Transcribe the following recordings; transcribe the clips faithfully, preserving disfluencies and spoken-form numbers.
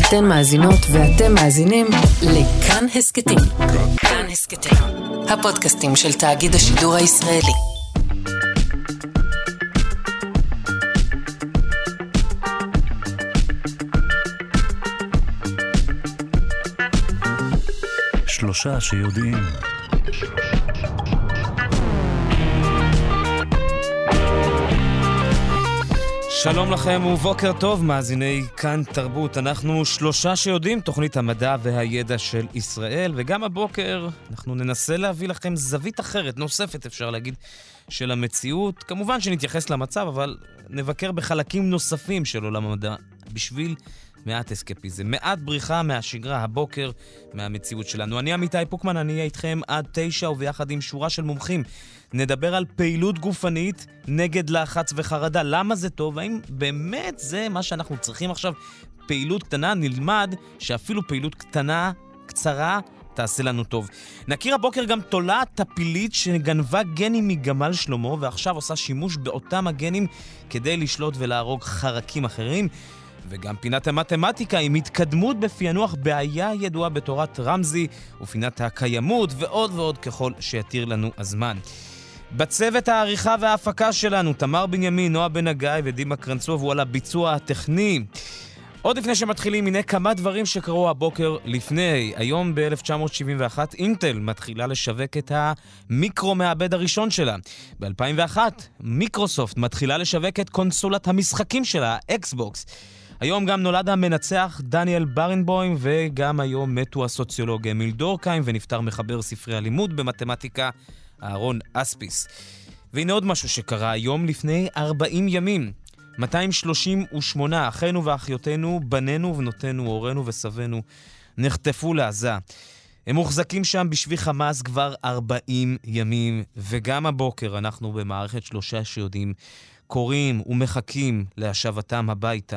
אתן מאזינות ואתם מאזינים לכאן הסקטים. כאן הסקטים, הפודקאסטים של תאגיד השידור הישראלי. שלושה שיודעים. שלום לכם ובוקר טוב, מאזיני כאן תרבות. אנחנו שלושה שיודעים, תוכנית המדע והידע של ישראל, וגם הבוקר אנחנו ננסה להביא לכם זווית אחרת, נוספת אפשר להגיד, של המציאות. כמובן שנתייחס למצב, אבל נבקר בחלקים נוספים של עולם המדע, בשביל מעט אסקפיזם, מעט בריחה מהשגרה הבוקר, מהמציאות שלנו. אני עמיתי פוקמן, אני אהיה איתכם עד תשע, וביחד עם שורה של מומחים נדבר על פעילות גופנית נגד לחץ וחרדה. למה זה טוב? האם באמת זה מה שאנחנו צריכים עכשיו? פעילות קטנה, נלמד שאפילו פעילות קטנה, קצרה, תעשה לנו טוב. נכיר הבוקר גם תולעת טפילית שגנבה גנים מגמל שלמה, ועכשיו עושה שימוש באותם הגנים כדי לשלוט ולהרוג חרקים אחרים. וגם פינת המתמטיקה עם התקדמות בפענוח בעיה ידועה בתורת רמזי, ופינת הקיימות ועוד ועוד ככל שיתיר לנו הזמן. בצוות העריכה וההפקה שלנו, תמר בנימין, נועה בן הגיא ודימה קרנצוב, הוא על הביצוע הטכני. עוד לפני שמתחילים, הנה כמה דברים שקרו הבוקר לפני. היום ב-אלף תשע מאות שבעים ואחת אינטל מתחילה לשווק את המיקרו מעבד הראשון שלה. ב-אלפיים ואחת מיקרוסופט מתחילה לשווק את קונסולת המשחקים שלה, אקסבוקס. היום גם נולד המנצח דניאל ברנבוים, וגם היום מתו הסוציולוג אמיל דורקהיים, ונפטר מחבר ספרי הלימוד במתמטיקה אהרון אספיס. והנה עוד משהו שקרה היום לפני ארבעים ימים. מאתיים שלושים ושמונה אחינו ואחיותינו, בנינו ובנותינו, הורינו וסבינו, נחטפו לעזה. הם מוחזקים שם בשבי חמאס כבר ארבעים ימים, וגם הבוקר אנחנו במערכת שלושה שיודעים, קוראים ומחכים להשבתם הביתה.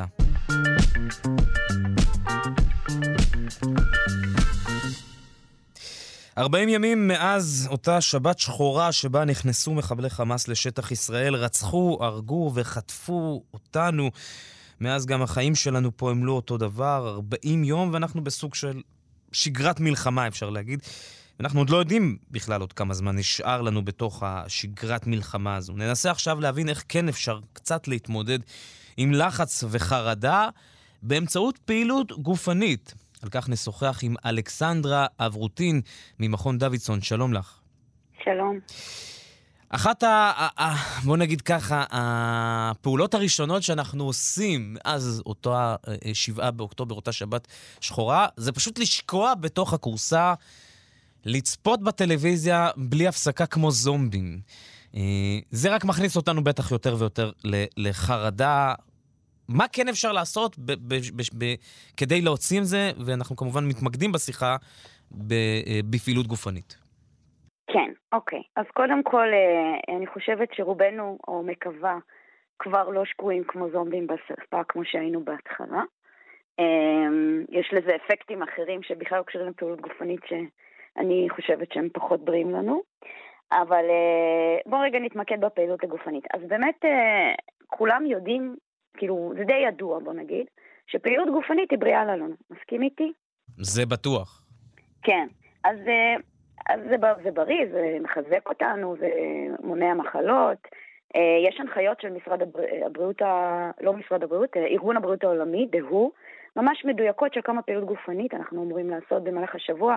ארבעים ימים מאז אותה שבת שחורה שבה נכנסו מחבלי חמאס לשטח ישראל, רצחו, הרגו וחטפו אותנו. מאז גם החיים שלנו פה הם לא אותו דבר, ארבעים יום, ואנחנו בסוג של שגרת מלחמה אפשר להגיד. אנחנו עוד לא יודעים בכלל עוד כמה זמן נשאר לנו בתוך השגרת מלחמה הזו. ננסה עכשיו להבין איך כן אפשר קצת להתמודד עם לחץ וחרדה באמצעות פעילות גופנית. על כך נשוחח עם אלכסנדרה אברוטין ממכון דוידסון. שלום לך. שלום. אחת ה... בוא נגיד ככה, הפעולות הראשונות שאנחנו עושים מאז אותה שבעה באוקטובר, אותה שבת שחורה, זה פשוט לשקוע בתוך הקורסה, לצפות בטלוויזיה בלי הפסקה כמו זומבים. זה רק מכניס אותנו בטח יותר ויותר לחרדה. מה כן אפשר לעשות ב- ב- ב- ב- כדי להוציא עם זה, ואנחנו כמובן מתמקדים בשיחה ב- בפעילות גופנית. כן, אוקיי. אז קודם כל, אני חושבת שרובנו, או מקווה, כבר לא שקועים כמו זומבים בספה, כמו שהיינו בהתחלה. יש לזה אפקטים אחרים שבכלל לא קשרים לפעילות גופנית, שאני חושבת שהם פחות בריאים לנו. אבל בואו רגע נתמקד בפעילות הגופנית. אז באמת, כולם יודעים, כאילו, זה די ידוע, בוא נגיד, שפעילות גופנית היא בריאה לנו. מסכים איתי? זה בטוח. כן. אז, אז זה, זה בריא, זה מחזק אותנו, זה מונע מחלות. יש הנחיות של משרד הבריאות, לא משרד הבריאות, ארגון הבריאות העולמי, דהו, ממש מדויקות של כמה פעילות גופנית אנחנו אמורים לעשות במהלך השבוע,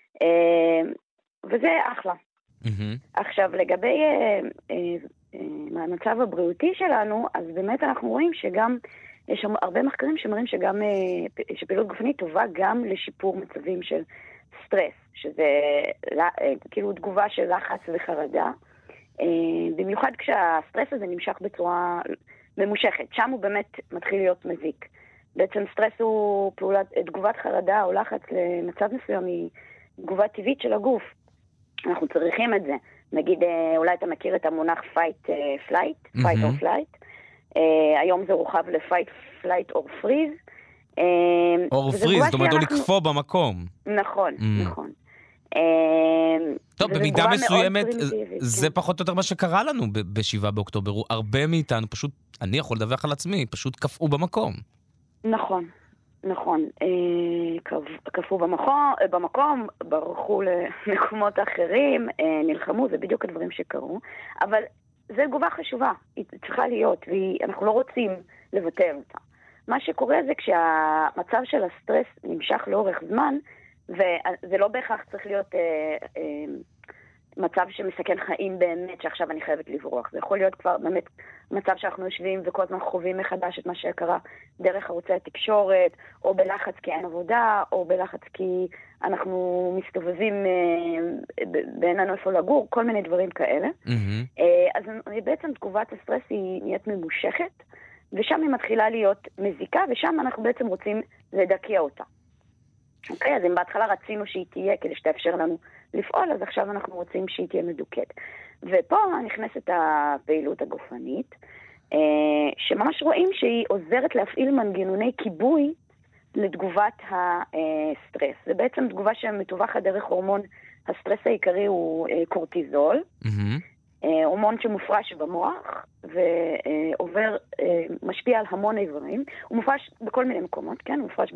וזה אחלה. Mm-hmm. עכשיו, לגבי מהמצב הבריאותי שלנו, אז באמת אנחנו רואים שגם, יש הרבה מחקרים שמראים שגם, שפעילות גופנית טובה גם לשיפור מצבים של סטרס, שזה כאילו תגובה של לחץ וחרדה, במיוחד כשהסטרס הזה נמשך בצורה ממושכת, שם הוא באמת מתחיל להיות מזיק. בעצם סטרס הוא פעולת, תגובת חרדה או לחץ למצב מסוים היא תגובה טבעית של הגוף. אנחנו צריכים את זה. נגיד, אולי אתה מכיר את המונח fight, flight, fight or flight. היום זה רוחב ל-fight, flight or freeze. or freeze, זאת אומרת, או לקפוא במקום. נכון, נכון. טוב, במידה מסוימת, זה פחות או יותר מה שקרה לנו בשבעה באוקטובר. הרבה מאיתנו, פשוט, אני יכול לדווח על עצמי, פשוט קפאו במקום. נכון. נכון, קפאו במקום, במקום, ברחו למקומות אחרים, נלחמו, זה בדיוק הדברים שקרו, אבל זו תגובה חשובה, היא צריכה להיות, ואנחנו לא רוצים לבטל אותה. מה שקורה זה כשהמצב של הסטרס נמשך לאורך זמן, וזה לא בהכרח צריך להיות אה, אה, מצב שמסכן חיים באמת, שעכשיו אני חייבת לברוח. זה יכול להיות כבר באמת מצב שאנחנו יושבים וכל הזמן חווים מחדש את מה שקרה דרך ערוצי התקשורת, או בלחץ כי אין עבודה, או בלחץ כי אנחנו מסתובבים אה, בין לנו איפה לגור, כל מיני דברים כאלה. Mm-hmm. אה, אז בעצם תגובת הסטרס היא נהיית ממושכת, ושם היא מתחילה להיות מזיקה, ושם אנחנו בעצם רוצים לדכא אותה. אוקיי, אז אם בהתחלה רצינו שהיא תהיה כדי שתאפשר לנו לפעול, אז עכשיו אנחנו רוצים שהיא תהיה מדוכאת. ופה נכנסת הפעילות הגופנית, שממש רואים שהיא עוזרת להפעיל מנגנוני כיבוי לתגובת הסטרס. זה בעצם תגובה שמתווכת דרך הורמון, הסטרס העיקרי הוא קורטיזול, mm-hmm. הורמון שמופרש במוח, ועובר, משפיע על המון איברים. הוא מופרש בכל מיני מקומות, כן? הוא מופרש ב...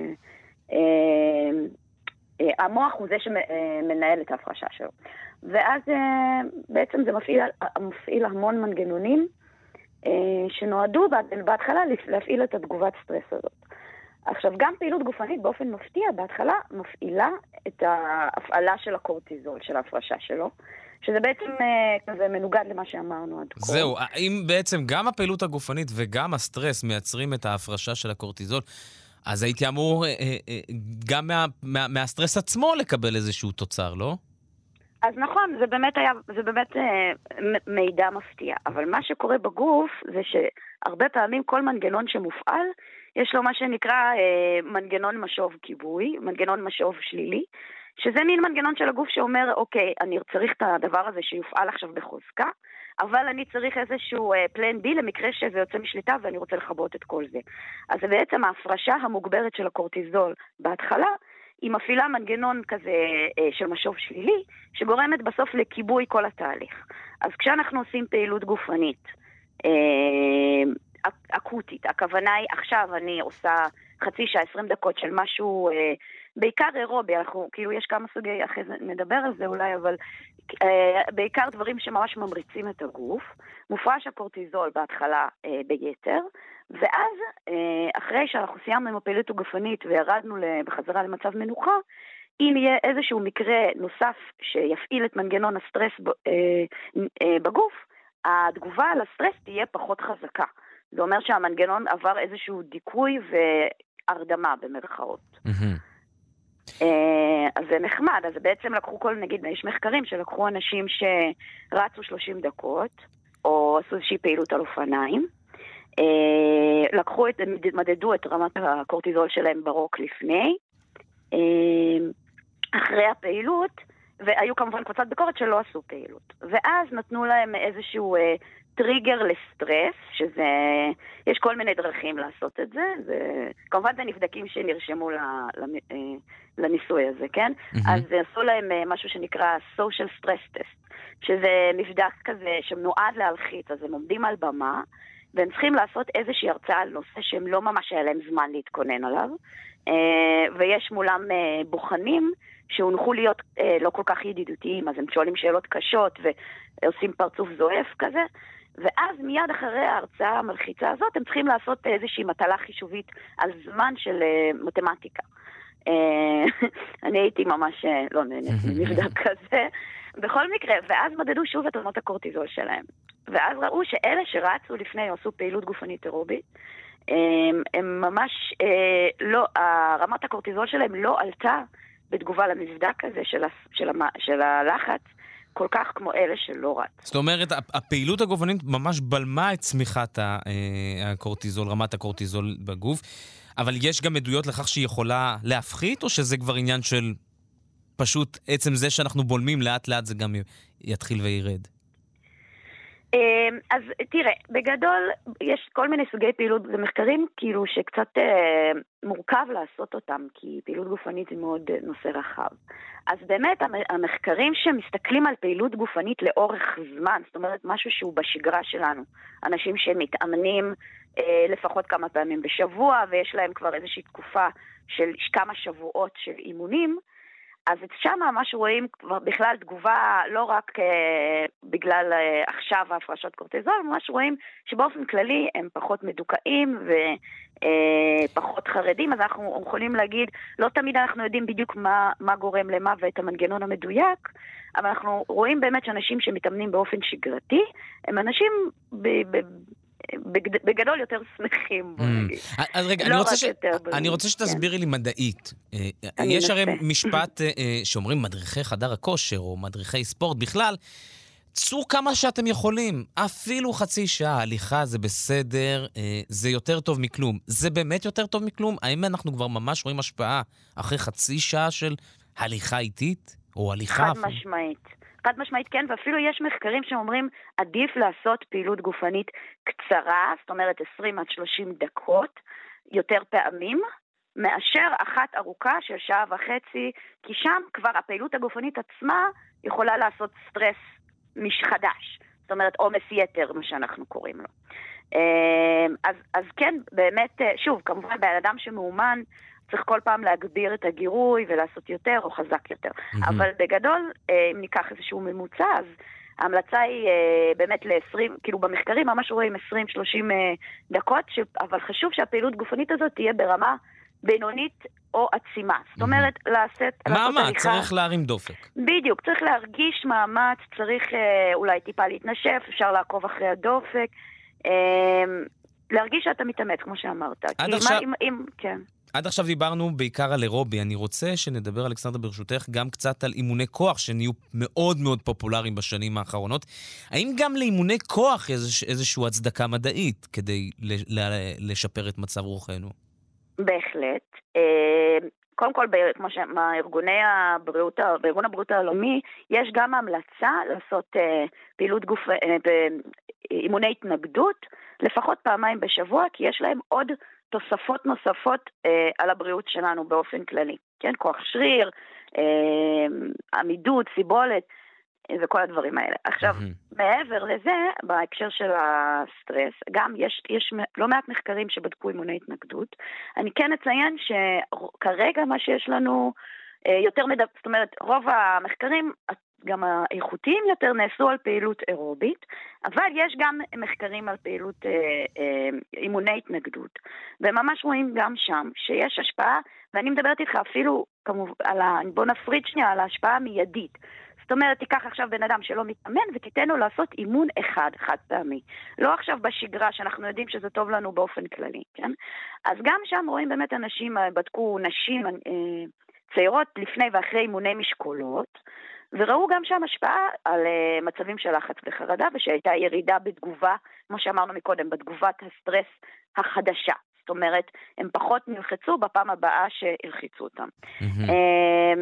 המוח הוא זה שמנהל את ההפרשה שלו. ואז בעצם זה מפעיל, מפעיל המון מנגנונים שנועדו בהתחלה להפעיל את התגובת סטרס הזאת. עכשיו, גם פעילות גופנית באופן מפתיע, בהתחלה מפעילה את ההפעלה של הקורטיזול, של ההפרשה שלו, שזה בעצם כזה מנוגד למה שאמרנו עד כה. זהו, אם בעצם גם הפעילות הגופנית וגם הסטרס מייצרים את ההפרשה של הקורטיזול, אז הייתי אמור אה, אה, גם מה, מה, מהסטרס עצמו לקבל איזשהו תוצר, לא? אז נכון, זה באמת היה, זה באמת אה, מידע מפתיע. אבל מה שקורה בגוף זה שהרבה פעמים כל מנגנון שמופעל, יש לו מה שנקרא אה, מנגנון משוב כיבוי, מנגנון משוב שלילי, שזה מין מנגנון של הגוף שאומר, אוקיי, אני צריך את הדבר הזה שיופעל עכשיו בחוזקה, אבל אני צריך איזשהו פלן בי למקרה שזה יוצא משליטה ואני רוצה לחבות את כל זה. אז זה בעצם ההפרשה המוגברת של הקורטיזול בהתחלה, היא מפעילה מנגנון כזה של משוב שלילי, שגורמת בסוף לכיבוי כל התהליך. אז כשאנחנו עושים פעילות גופנית אקוטית, הכוונה היא עכשיו אני עושה חצי שעה, עשרים דקות של משהו, בעיקר אירובי, אנחנו, כאילו יש כמה סוגי, אחרי זה נדבר על זה אולי, אבל בעיקר דברים שממש ממריצים את הגוף, מופרש הקורטיזול בהתחלה ביתר, ואז אחרי שאנחנו סיימנו עם הפעילות הגופנית וירדנו בחזרה למצב מנוחה, אם יהיה איזשהו מקרה נוסף שיפעיל את מנגנון הסטרס בגוף, התגובה על הסטרס תהיה פחות חזקה. זה אומר שהמנגנון עבר איזשהו דיכוי והרדמה במרכאות. אז זה נחמד, אז בעצם לקחו כל, נגיד, יש מחקרים שלקחו אנשים שרצו שלושים דקות, או עשו איזושהי פעילות על אופניים, לקחו את, מדדו את רמת הקורטיזול שלהם ברוק לפני, אחרי הפעילות, והיו כמובן קבוצת ביקורת שלא עשו פעילות. ואז נתנו להם איזשהו טריגר לסטרס, שזה, יש כל מיני דרכים לעשות את זה, זה כמובן זה נבדקים שנרשמו ל, ל, לניסוי הזה, כן? Mm-hmm. אז עשו להם משהו שנקרא social stress test, שזה מבדק כזה שמנועד להלחיץ, אז הם עומדים על במה, והם צריכים לעשות איזושהי הרצאה על נושא שהם לא ממש היה להם זמן להתכונן עליו, ויש מולם בוחנים שהונחו להיות לא כל כך ידידותיים, אז הם שואלים שאלות קשות ועושים פרצוף זועף כזה, ואז מיד אחרי ההרצאה המלחיצה הזאת, הם צריכים לעשות איזושהי מטלה חישובית על זמן של מתמטיקה. אני הייתי ממש לא נהנית מבדק כזה. בכל מקרה, ואז מדדו שוב את רמות הקורטיזול שלהם. ואז ראו שאלה שרצו לפני, עשו פעילות גופנית אירובית, הם ממש לא, רמת הקורטיזול שלהם לא עלתה בתגובה למבדק הזה של, של, של הלחץ, כל כך כמו אלה שלא רץ. זאת אומרת, הפעילות הגופנית ממש בלמה את צמיחת הקורטיזול, רמת הקורטיזול בגוף, אבל יש גם עדויות לכך שהיא יכולה להפחית, או שזה כבר עניין של פשוט עצם זה שאנחנו בולמים לאט לאט זה גם יתחיל וירד? אז תראה, בגדול יש כל מיני סוגי פעילות, זה מחקרים כאילו שקצת אה, מורכב לעשות אותם, כי פעילות גופנית זה מאוד נושא רחב. אז באמת המחקרים שמסתכלים על פעילות גופנית לאורך זמן, זאת אומרת משהו שהוא בשגרה שלנו, אנשים שמתאמנים לפחות כמה פעמים בשבוע, ויש להם כבר איזושהי תקופה של כמה שבועות של אימונים, אז שם ממש רואים כבר בכלל תגובה לא רק אה, בגלל אה, עכשיו ההפרשות קורטיזול, ממש רואים שבאופן כללי הם פחות מדוכאים ופחות אה, חרדים, אז אנחנו יכולים להגיד, לא תמיד אנחנו יודעים בדיוק מה, מה גורם למה ואת המנגנון המדויק, אבל אנחנו רואים באמת שאנשים שמתאמנים באופן שגרתי, הם אנשים ב... ב בגדול יותר שמחים, בוא נגיד. אז רגע, אני רוצה שתסבירי לי מדעית. יש הרי משפט שאומרים מדריכי חדר הכושר, או מדריכי ספורט בכלל, צאו כמה שאתם יכולים, אפילו חצי שעה, הליכה זה בסדר, זה יותר טוב מכלום. זה באמת יותר טוב מכלום? האם אנחנו כבר ממש רואים השפעה אחרי חצי שעה של הליכה איטית, או הליכה? חד משמעית. חד משמעית כן, ואפילו יש מחקרים שאומרים עדיף לעשות פעילות גופנית קצרה, זאת אומרת עשרים עד שלושים דקות, יותר פעמים, מאשר אחת ארוכה של שעה וחצי, כי שם כבר הפעילות הגופנית עצמה יכולה לעשות סטרס מש חדש, זאת אומרת עומס יתר, מה שאנחנו קוראים לו. אז, אז כן, באמת, שוב, כמובן באדם שמאומן, צריך כל פעם להגביר את הגירוי ולעשות יותר או חזק יותר. Mm-hmm. אבל בגדול, אם ניקח איזשהו ממוצע, אז ההמלצה היא באמת ל-עשרים, כאילו במחקרים ממש רואים עשרים שלושים דקות, ש... אבל חשוב שהפעילות גופנית הזאת תהיה ברמה בינונית או עצימה. זאת אומרת, mm-hmm. לעשות... מאמץ, צריך להרים דופק. בדיוק, צריך להרגיש מאמץ, צריך אולי טיפה להתנשף, אפשר לעקוב אחרי הדופק, להרגיש שאתה מתאמץ, כמו שאמרת. עד עכשיו... אם, אם, כן. עד עכשיו דיברנו בעיקר על אירובי. אני רוצה שנדבר, אלכסנדרה, ברשותך, גם קצת על אימוני כוח שנהיו מאוד מאוד פופולריים בשנים האחרונות. האם גם לאימוני כוח יש איזושהי הצדקה מדעית כדי לשפר את מצב רוחנו? בהחלט. קודם כל, כמו שבארגוני הבריאות, בארגון הבריאות העולמי, יש גם המלצה לעשות פעילות גוף, אימוני התנגדות, לפחות פעמיים בשבוע, כי יש להם עוד תוספות נוספות אה, על הבריאות שלנו באופן כללי, כן? כוח שריר, אה, עמידות, סיבולת, אה, וכל הדברים האלה. עכשיו, mm-hmm. מעבר לזה, בהקשר של הסטרס, גם יש, יש לא מעט מחקרים שבדקו אימוני התנגדות. אני כן אציין שכרגע מה שיש לנו אה, יותר מדבר, זאת אומרת, רוב המחקרים, גם האיכותיים יותר נעשו על פעילות אירובית, אבל יש גם מחקרים על פעילות אה, אה, אימוני התנגדות. וממש רואים גם שם שיש השפעה, ואני מדברת איתך אפילו, כמובן, על ה, בוא נפריד שנייה, על ההשפעה המיידית. זאת אומרת, תיקח עכשיו בן אדם שלא מתאמן, ותיתן לו לעשות אימון אחד, חד פעמי. לא עכשיו בשגרה, שאנחנו יודעים שזה טוב לנו באופן כללי, כן? אז גם שם רואים באמת אנשים, בדקו נשים אה, צעירות לפני ואחרי אימוני משקולות, וראו גם שם השפעה על uh, מצבים של לחץ וחרדה, ושהייתה ירידה בתגובה, כמו שאמרנו מקודם, בתגובת הסטרס החדשה. זאת אומרת, הם פחות נלחצו בפעם הבאה שהלחיצו אותם. Mm-hmm. Uh,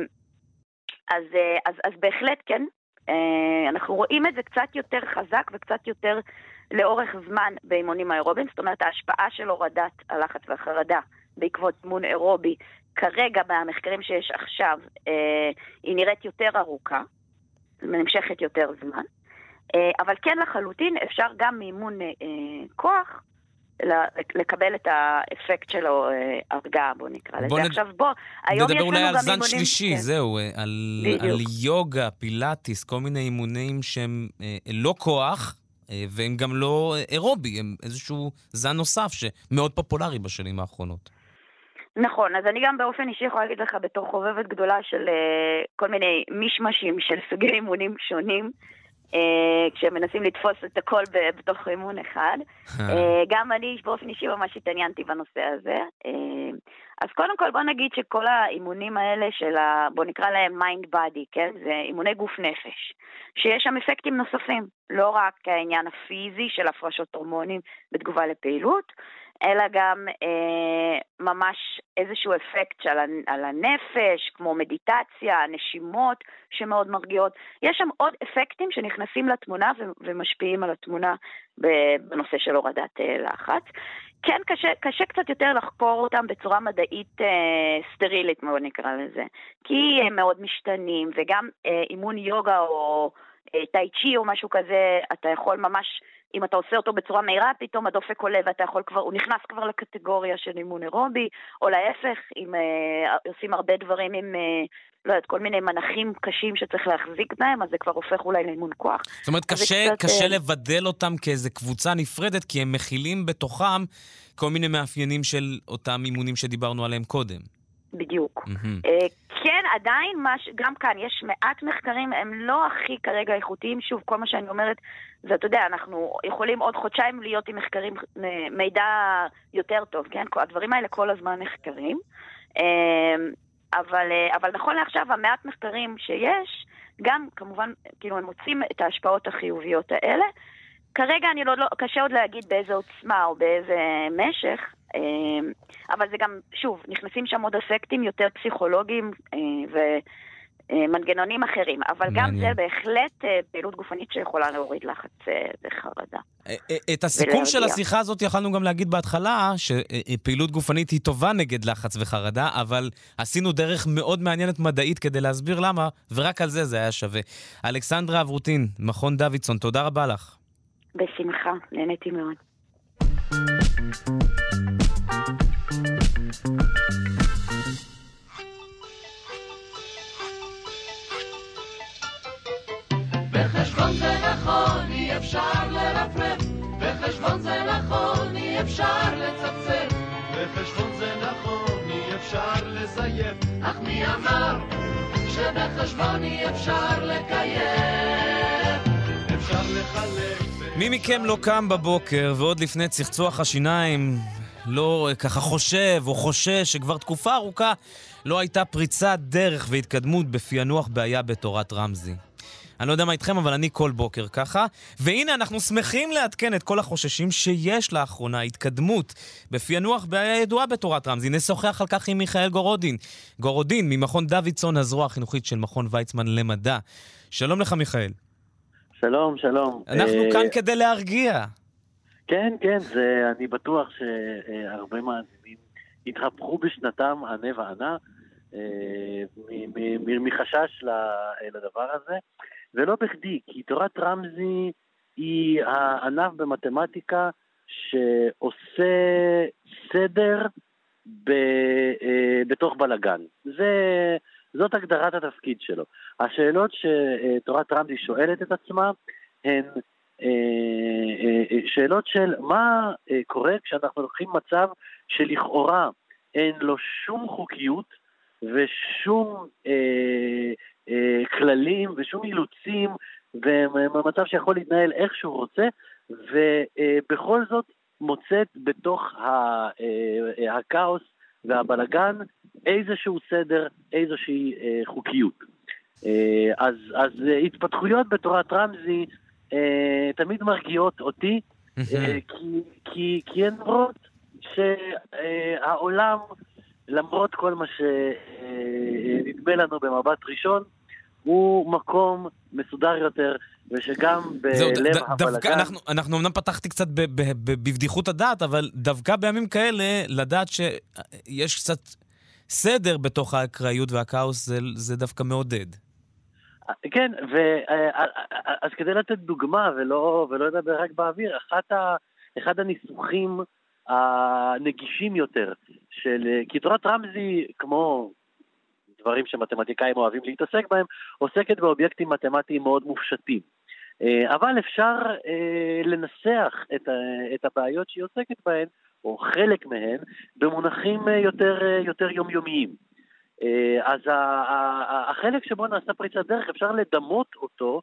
אז, uh, אז, אז בהחלט כן, uh, אנחנו רואים את זה קצת יותר חזק וקצת יותר לאורך זמן באימונים האירובים, זאת אומרת, ההשפעה של הורדת הלחץ והחרדה בעקבות אימון אירובי, כרגע במחקרים שיש עכשיו, אה, היא נראית יותר ארוכה, נמשכת יותר זמן, אה, אבל כן לחלוטין אפשר גם מאימון אה, כוח לקבל את האפקט שלו אה, הרגעה, בוא נקרא לזה. נד... עכשיו בוא, היום נדבר יש אולי לנו על גם זן אימונים... שלישי, כן. זהו, על, על יוגה, פילאטיס, כל מיני אימונים שהם אה, לא כוח, אה, והם גם לא אירובי, הם איזשהו זן נוסף שמאוד פופולרי בשנים האחרונות. נכון, אז אני גם באופן אישי יכולה להגיד לך בתור חובבת גדולה של uh, כל מיני משמשים של סוגי אימונים שונים, uh, כשמנסים לתפוס את הכל בתוך אימון אחד. uh, גם אני באופן אישי ממש התעניינתי בנושא הזה. Uh, אז קודם כל בוא נגיד שכל האימונים האלה של, ה, בוא נקרא להם mind body, כן? זה אימוני גוף נפש, שיש שם אפקטים נוספים, לא רק העניין הפיזי של הפרשות הורמונים בתגובה לפעילות, אלא גם אה, ממש איזשהו אפקט של, על הנפש, כמו מדיטציה, נשימות שמאוד מרגיעות. יש שם עוד אפקטים שנכנסים לתמונה ו- ומשפיעים על התמונה בנושא של הורדת אה, לחץ. כן, קשה, קשה קצת יותר לחקור אותם בצורה מדעית אה, סטרילית, מאוד נקרא לזה, כי הם מאוד משתנים, וגם אה, אימון יוגה או טאי צ'י או משהו כזה, אתה יכול ממש, אם אתה עושה אותו בצורה מהירה, פתאום הדופק עולה ואתה יכול כבר, הוא נכנס כבר לקטגוריה של אימון אירובי, או להפך, אם אה, עושים הרבה דברים עם, אה, לא יודעת, כל מיני מנחים קשים שצריך להחזיק בהם, אז זה כבר הופך אולי לאימון כוח. זאת אומרת, קשה, קצת, קשה לבדל אותם כאיזה קבוצה נפרדת, כי הם מכילים בתוכם כל מיני מאפיינים של אותם אימונים שדיברנו עליהם קודם. בדיוק. Mm-hmm. Uh, כן, עדיין, מש... גם כאן יש מעט מחקרים, הם לא הכי כרגע איכותיים, שוב, כל מה שאני אומרת, זה, אתה יודע, אנחנו יכולים עוד חודשיים להיות עם מחקרים, מידע יותר טוב, כן? הדברים האלה כל הזמן נחקרים, uh, אבל, uh, אבל נכון לעכשיו, המעט מחקרים שיש, גם, כמובן, כאילו, הם מוצאים את ההשפעות החיוביות האלה, כרגע אני לא, לא, קשה עוד להגיד באיזה עוצמה או באיזה משך, אבל זה גם, שוב, נכנסים שם עוד אפקטים יותר פסיכולוגיים ומנגנונים אחרים, אבל גם זה בהחלט פעילות גופנית שיכולה להוריד לחץ וחרדה. את הסיכום של השיחה הזאת יכולנו גם להגיד בהתחלה, שפעילות גופנית היא טובה נגד לחץ וחרדה, אבל עשינו דרך מאוד מעניינת מדעית כדי להסביר למה, ורק על זה זה היה שווה. אלכסנדרה אברוטין, מכון דוידסון, תודה רבה לך. בשמחה, נהניתי מאוד. בחשבון זה נכון, אי אפשר לרפרף, בחשבון זה נכון, אי אפשר לצפצף, בחשבון זה נכון, אי אפשר לזייף, אך מי אמר שבחשבון אי אפשר לקיים, אפשר לחלק. מי מכם לא קם בבוקר ועוד לפני צחצוח השיניים לא ככה חושב או חושש שכבר תקופה ארוכה לא הייתה פריצת דרך והתקדמות בפענוח בעיה בתורת רמזי? אני לא יודע מה איתכם, אבל אני כל בוקר ככה. והנה אנחנו שמחים לעדכן את כל החוששים שיש לאחרונה התקדמות בפענוח בעיה ידועה בתורת רמזי. נשוחח על כך עם מיכאל גורודין. גורודין ממכון דוידסון, הזרוע החינוכית של מכון ויצמן למדע. שלום לך מיכאל. שלום, שלום. אנחנו כאן כדי להרגיע. כן, כן, זה, אני בטוח שהרבה מאזינים התהפכו בשנתם ענה וענה מחשש לדבר הזה, ולא בכדי, כי תורת רמזי היא הענף במתמטיקה שעושה סדר בתוך בלגן. זה... זאת הגדרת התפקיד שלו. השאלות שתורת רמזי שואלת את עצמה הן שאלות של מה קורה כשאנחנו לוקחים מצב שלכאורה אין לו שום חוקיות ושום כללים ושום אילוצים ומצב שיכול להתנהל איך שהוא רוצה, ובכל זאת מוצאת בתוך הכאוס והבלגן איזשהו סדר, איזושהי אה, חוקיות. אה, אז, אז התפתחויות בתורת רמזי אה, תמיד מרגיעות אותי, אה, כי, כי, כי הן רואות שהעולם, למרות כל מה שנדמה לנו במבט ראשון, הוא מקום מסודר יותר, ושגם בלב הבלגן... אנחנו, אנחנו אמנם פתחתי קצת בבדיחות הדעת, אבל דווקא בימים כאלה, לדעת שיש קצת סדר בתוך האקראיות והכאוס, זה, זה דווקא מעודד. כן, ו, אז כדי לתת דוגמה, ולא, ולא לדבר רק באוויר, אחת ה, אחד הניסוחים הנגישים יותר, של, כי תורת רמזי, כמו דברים שמתמטיקאים אוהבים להתעסק בהם, עוסקת באובייקטים מתמטיים מאוד מופשטים. אבל אפשר לנסח את, את הבעיות שהיא עוסקת בהן, או חלק מהן, במונחים יותר, יותר יומיומיים. אז החלק שבו נעשה פריצת דרך, אפשר לדמות אותו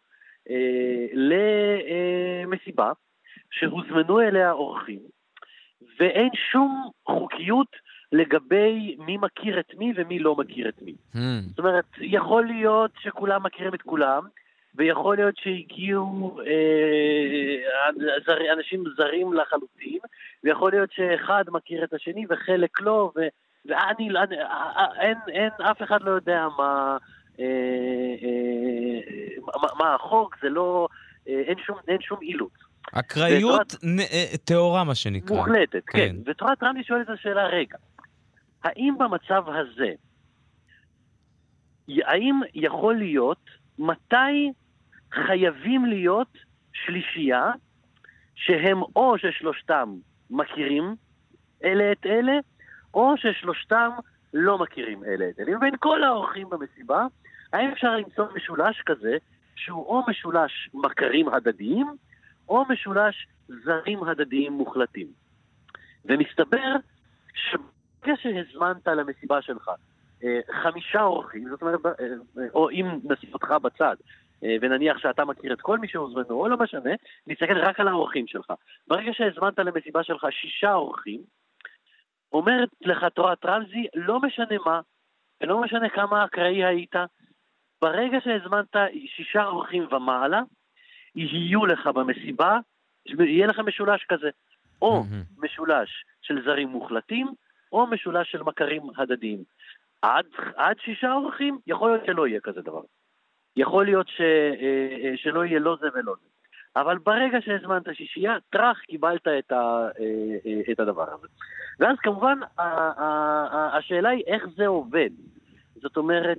למסיבה, שהוזמנו אליה אורחים, ואין שום חוקיות לגבי מי מכיר את מי ומי לא מכיר את מי. Hmm. זאת אומרת, יכול להיות שכולם מכירים את כולם, ויכול להיות שהגיעו אה, זר, אנשים זרים לחלוטין, ויכול להיות שאחד מכיר את השני וחלק לא, ו, ואני, אני, אין, אין, אף אחד לא יודע מה, אה, אה, מה, מה החוק, זה לא, אה, אין שום, אין שום אילוץ. אקראיות תיאורה, מה שנקרא. מוחלטת, כן. כן. ותורת רמזי שואלת את השאלה, רגע, האם במצב הזה, האם יכול להיות, מתי חייבים להיות שלישייה, שהם או ששלושתם מכירים אלה את אלה, או ששלושתם לא מכירים אלה את אלה. ובין כל האורחים במסיבה, האם אפשר למצוא משולש כזה, שהוא או משולש מכרים הדדיים, או משולש זרים הדדיים מוחלטים. ומסתבר שברגע שהזמנת למסיבה שלך חמישה אורחים, זאת אומרת, או אם נשים אותך בצד, ונניח שאתה מכיר את כל מי שהוזמנו, או לא משנה, נסתכל רק על האורחים שלך. ברגע שהזמנת למסיבה שלך שישה אורחים, אומרת לך תורת רמזי, לא משנה מה, ולא משנה כמה אקראי היית, ברגע שהזמנת שישה אורחים ומעלה, יהיו לך במסיבה, יהיה לך משולש כזה, או mm-hmm. משולש של זרים מוחלטים, או משולש של מכרים הדדיים. עד, עד שישה אורחים, יכול להיות שלא יהיה כזה דבר. יכול להיות ש, שלא יהיה לא זה ולא זה. אבל ברגע שהזמנת שישייה, טרח קיבלת את, ה, את הדבר הזה. ואז כמובן, השאלה היא איך זה עובד. זאת אומרת,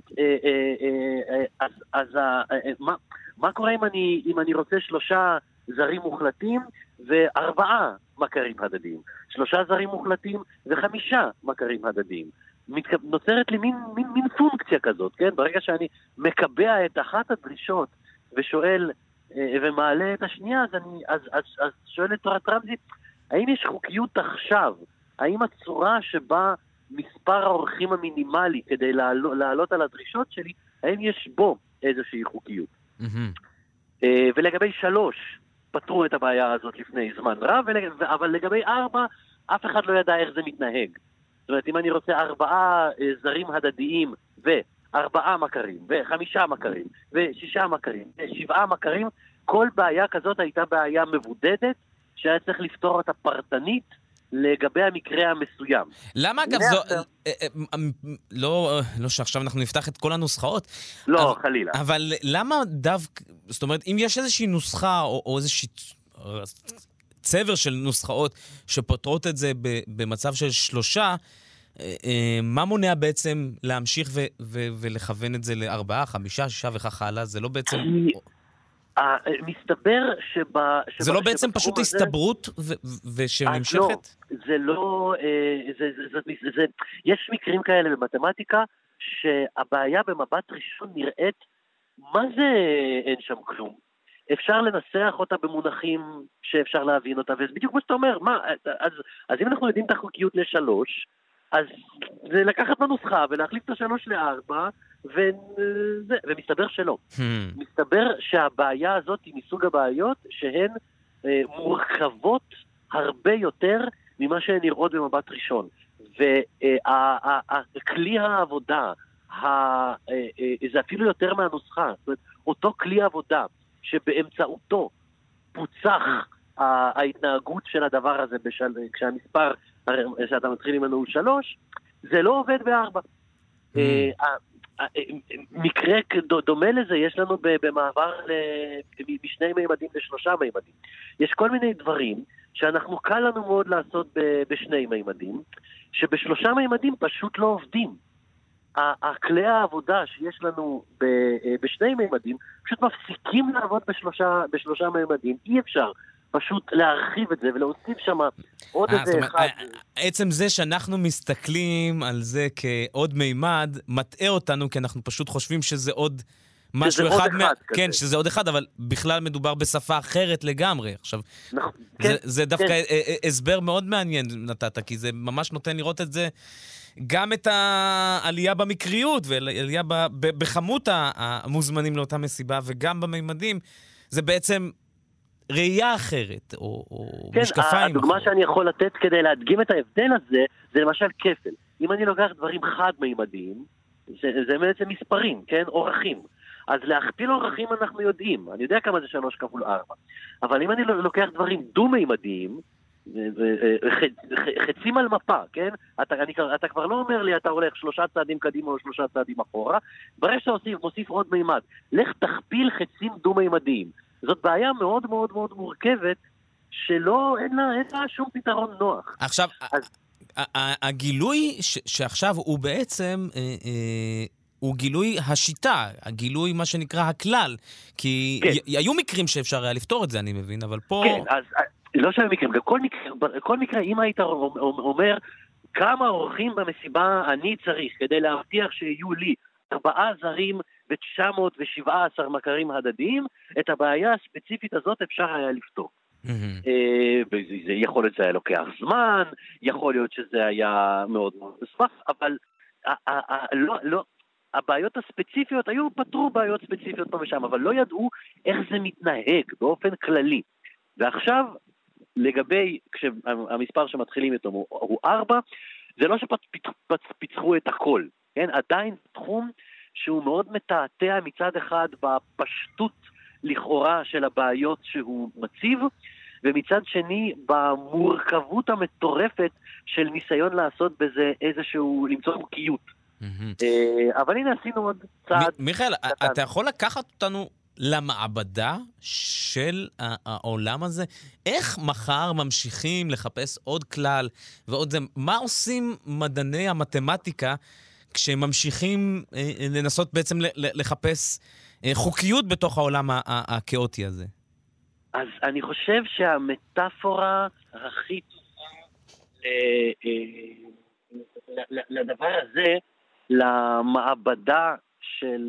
אז, אז מה, מה קורה אם אני, אם אני רוצה שלושה זרים מוחלטים וארבעה מכרים הדדיים? שלושה זרים מוחלטים וחמישה מכרים הדדיים. נוצרת לי מין, מין, מין פונקציה כזאת, כן? ברגע שאני מקבע את אחת הדרישות ושואל ומעלה את השנייה, אז אני, אז, אז, אז שואל את תורת רמזי, האם יש חוקיות עכשיו? האם הצורה שבה מספר האורחים המינימלי כדי לעלות, לעלות על הדרישות שלי, האם יש בו איזושהי חוקיות? Mm-hmm. ולגבי שלוש, פתרו את הבעיה הזאת לפני זמן רב, אבל לגבי ארבע, אף אחד לא ידע איך זה מתנהג. זאת אומרת, אם אני רוצה ארבעה זרים הדדיים וארבעה מכרים, וחמישה מכרים, ושישה מכרים, ושבעה מכרים, כל בעיה כזאת הייתה בעיה מבודדת, שהיה צריך לפתור אותה פרטנית לגבי המקרה המסוים. למה אגב זו... לא שעכשיו אנחנו נפתח את כל הנוסחאות. לא, חלילה. אבל למה דווקא... זאת אומרת, אם יש איזושהי נוסחה או איזושהי... צבר של נוסחאות שפותרות את זה במצב של שלושה, מה מונע בעצם להמשיך ולכוון את זה לארבעה, חמישה, שישה וכך הלאה? זה לא בעצם... מסתבר שב... זה לא בעצם פשוט הסתברות ושנמשכת? לא, זה לא... יש מקרים כאלה במתמטיקה שהבעיה במבט ראשון נראית מה זה אין שם כלום. אפשר לנסח אותה במונחים שאפשר להבין אותה, וזה בדיוק כמו שאתה אומר, מה, אז, אז אם אנחנו יודעים את החוקיות לשלוש, אז זה לקחת בנוסחה ולהחליף את השלוש לארבע, וזה, ומסתבר שלא. Hmm. מסתבר שהבעיה הזאת היא מסוג הבעיות שהן אה, מורכבות הרבה יותר ממה שהן נראות במבט ראשון. וכלי העבודה, ה, אה, אה, זה אפילו יותר מהנוסחה, זאת אומרת, אותו כלי העבודה, שבאמצעותו פוצח ההתנהגות של הדבר הזה בשל... כשהמספר שאתה מתחיל ממנו הוא שלוש, זה לא עובד בארבע. Mm. מקרה דומה לזה יש לנו במעבר משני מימדים לשלושה מימדים. יש כל מיני דברים שאנחנו קל לנו מאוד לעשות בשני מימדים, שבשלושה מימדים פשוט לא עובדים. הכלי העבודה שיש לנו בשני מימדים, פשוט מפסיקים לעבוד בשלושה, בשלושה מימדים. אי אפשר פשוט להרחיב את זה ולהוסיף שם עוד איזה אחד. עצם זה שאנחנו מסתכלים על זה כעוד מימד, מטעה אותנו, כי אנחנו פשוט חושבים שזה עוד משהו אחד. כן, שזה עוד אחד, אבל בכלל מדובר בשפה אחרת לגמרי. עכשיו, זה דווקא הסבר מאוד מעניין נתת, כי זה ממש נותן לראות את זה גם את העלייה במקריות ועלייה בכמות המוזמנים לאותה מסיבה וגם בממדים, זה בעצם ראייה אחרת או, או כן, משקפיים. כן, הדוגמה אחרת. שאני יכול לתת כדי להדגים את ההבדל הזה, זה למשל כפל. אם אני לוקח דברים חד-מימדיים, זה, זה בעצם מספרים, כן? אורחים. אז להכפיל אורחים אנחנו יודעים. אני יודע כמה זה שלוש כפול ארבע. אבל אם אני לוקח דברים דו-מימדיים, חצים על מפה, כן? אתה, אני, אתה כבר לא אומר לי, אתה הולך שלושה צעדים קדימה או שלושה צעדים אחורה, ברגע שאתה מוסיף, מוסיף עוד מימד, לך תכפיל חצים דו-מימדיים. זאת בעיה מאוד מאוד מאוד מורכבת, שלא, אין לה, אין לה שום פתרון נוח. עכשיו, אז... הגילוי שעכשיו הוא בעצם, הוא גילוי השיטה, הגילוי מה שנקרא הכלל, כי כן. י- היו מקרים שאפשר היה לפתור את זה, אני מבין, אבל פה... כן, אז לא שם מקרים, כל מקרה, כל מקרה, אם היית אומר כמה אורחים במסיבה אני צריך כדי להבטיח שיהיו לי ארבעה זרים ו-תשע מאות ושבע עשרה מכרים הדדיים, את הבעיה הספציפית הזאת אפשר היה לפתור. זה יכול להיות שזה היה לוקח זמן, יכול להיות שזה היה מאוד מאוד מסמך, אבל לא, הבעיות הספציפיות היו, פתרו בעיות ספציפיות פה ושם, אבל לא ידעו איך זה מתנהג באופן כללי. ועכשיו, לגבי, כשהמספר שמתחילים איתו הוא ארבע, זה לא שפיצחו את הכל, כן? עדיין תחום שהוא מאוד מתעתע מצד אחד בפשטות לכאורה של הבעיות שהוא מציב, ומצד שני במורכבות המטורפת של ניסיון לעשות בזה איזשהו, למצוא חוקיות. אבל הנה עשינו עוד צעד. מיכאל, אתה יכול לקחת אותנו למעבדה של העולם הזה? איך מחר ממשיכים לחפש עוד כלל ועוד זה? מה עושים מדעני המתמטיקה כשהם ממשיכים לנסות בעצם לחפש חוקיות בתוך העולם הכאוטי הזה? אז אני חושב שהמטאפורה הכי טובה לדבר הזה, למעבדה של,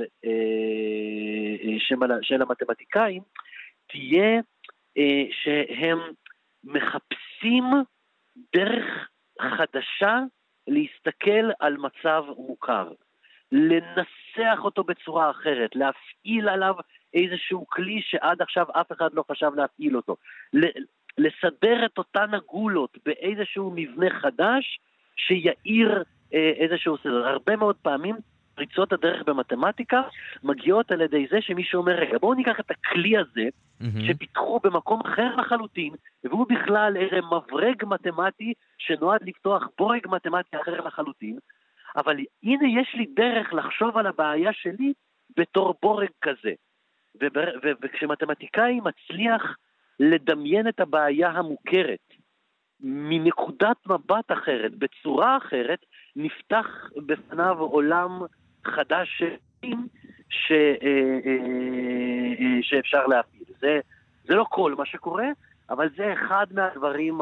של המתמטיקאים, תהיה שהם מחפשים דרך חדשה להסתכל על מצב מוכר, לנסח אותו בצורה אחרת, להפעיל עליו איזשהו כלי שעד עכשיו אף אחד לא חשב להפעיל אותו, לסדר את אותן הגולות באיזשהו מבנה חדש שיעיר איזשהו סדר. הרבה מאוד פעמים פריצות הדרך במתמטיקה מגיעות על ידי זה שמישהו אומר, רגע, בואו ניקח את הכלי הזה mm-hmm. שפיתחו במקום אחר לחלוטין, והוא בכלל איזה מברג מתמטי שנועד לפתוח בורג מתמטי אחר לחלוטין, אבל הנה יש לי דרך לחשוב על הבעיה שלי בתור בורג כזה. וכשמתמטיקאי מצליח לדמיין את הבעיה המוכרת מנקודת מבט אחרת, בצורה אחרת, נפתח בפניו עולם חדש ש... שאפשר להפעיל. זה, זה לא כל מה שקורה, אבל זה אחד מהדברים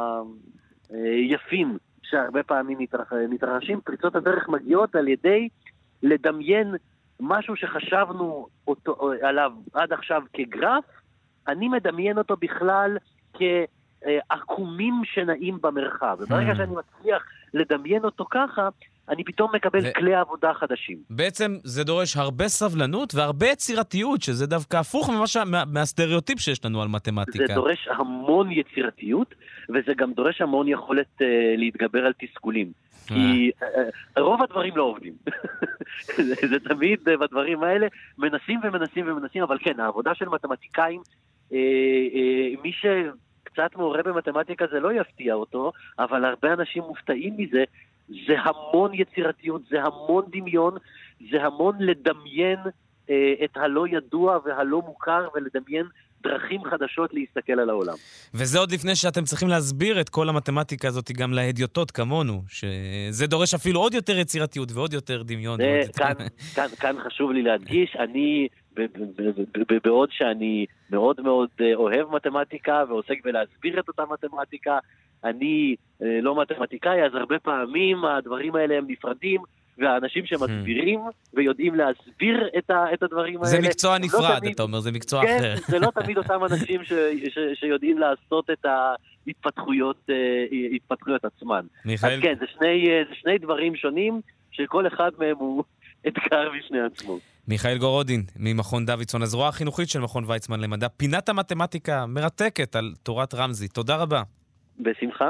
היפים שהרבה פעמים מתרחשים. פריצות הדרך מגיעות על ידי לדמיין משהו שחשבנו אותו, עליו עד עכשיו כגרף, אני מדמיין אותו בכלל כעקומים שנעים במרחב. וברגע שאני מצליח לדמיין אותו ככה, אני פתאום מקבל ו... כלי עבודה חדשים. בעצם זה דורש הרבה סבלנות והרבה יצירתיות, שזה דווקא הפוך ממש, מה, מהסטריאוטיפ שיש לנו על מתמטיקה. זה דורש המון יצירתיות, וזה גם דורש המון יכולת uh, להתגבר על תסכולים. כי uh, רוב הדברים לא עובדים. זה, זה תמיד uh, בדברים האלה מנסים ומנסים ומנסים, אבל כן, העבודה של מתמטיקאים, uh, uh, מי שקצת מעורה במתמטיקה זה לא יפתיע אותו, אבל הרבה אנשים מופתעים מזה, זה המון יצירתיות, זה המון דמיון, זה המון לדמיין אה, את הלא ידוע והלא מוכר, ולדמיין דרכים חדשות להסתכל על העולם. וזה עוד לפני שאתם צריכים להסביר את כל המתמטיקה הזאת גם להדיוטות כמונו, שזה דורש אפילו עוד יותר יצירתיות ועוד יותר דמיון. זה, כאן, כאן, כאן חשוב לי להדגיש, אני, בעוד שאני מאוד מאוד אוהב מתמטיקה ועוסק בלהסביר את אותה מתמטיקה, אני לא מתמטיקאי, אז הרבה פעמים הדברים האלה הם נפרדים, והאנשים שמסבירים ויודעים להסביר את, ה, את הדברים האלה... זה מקצוע נפרד, לא תמיד, אתה אומר, זה מקצוע כן, אחר. זה לא תמיד אותם אנשים ש, ש, שיודעים לעשות את ההתפתחויות התפתחויות עצמן. מיכאל... אז כן, זה שני, זה שני דברים שונים, שכל אחד מהם הוא אתגר בשני עצמו. מיכאל גורודין, ממכון דוידסון, הזרוע החינוכית של מכון ויצמן למדע, פינת המתמטיקה מרתקת על תורת רמזי. תודה רבה. בשמחה.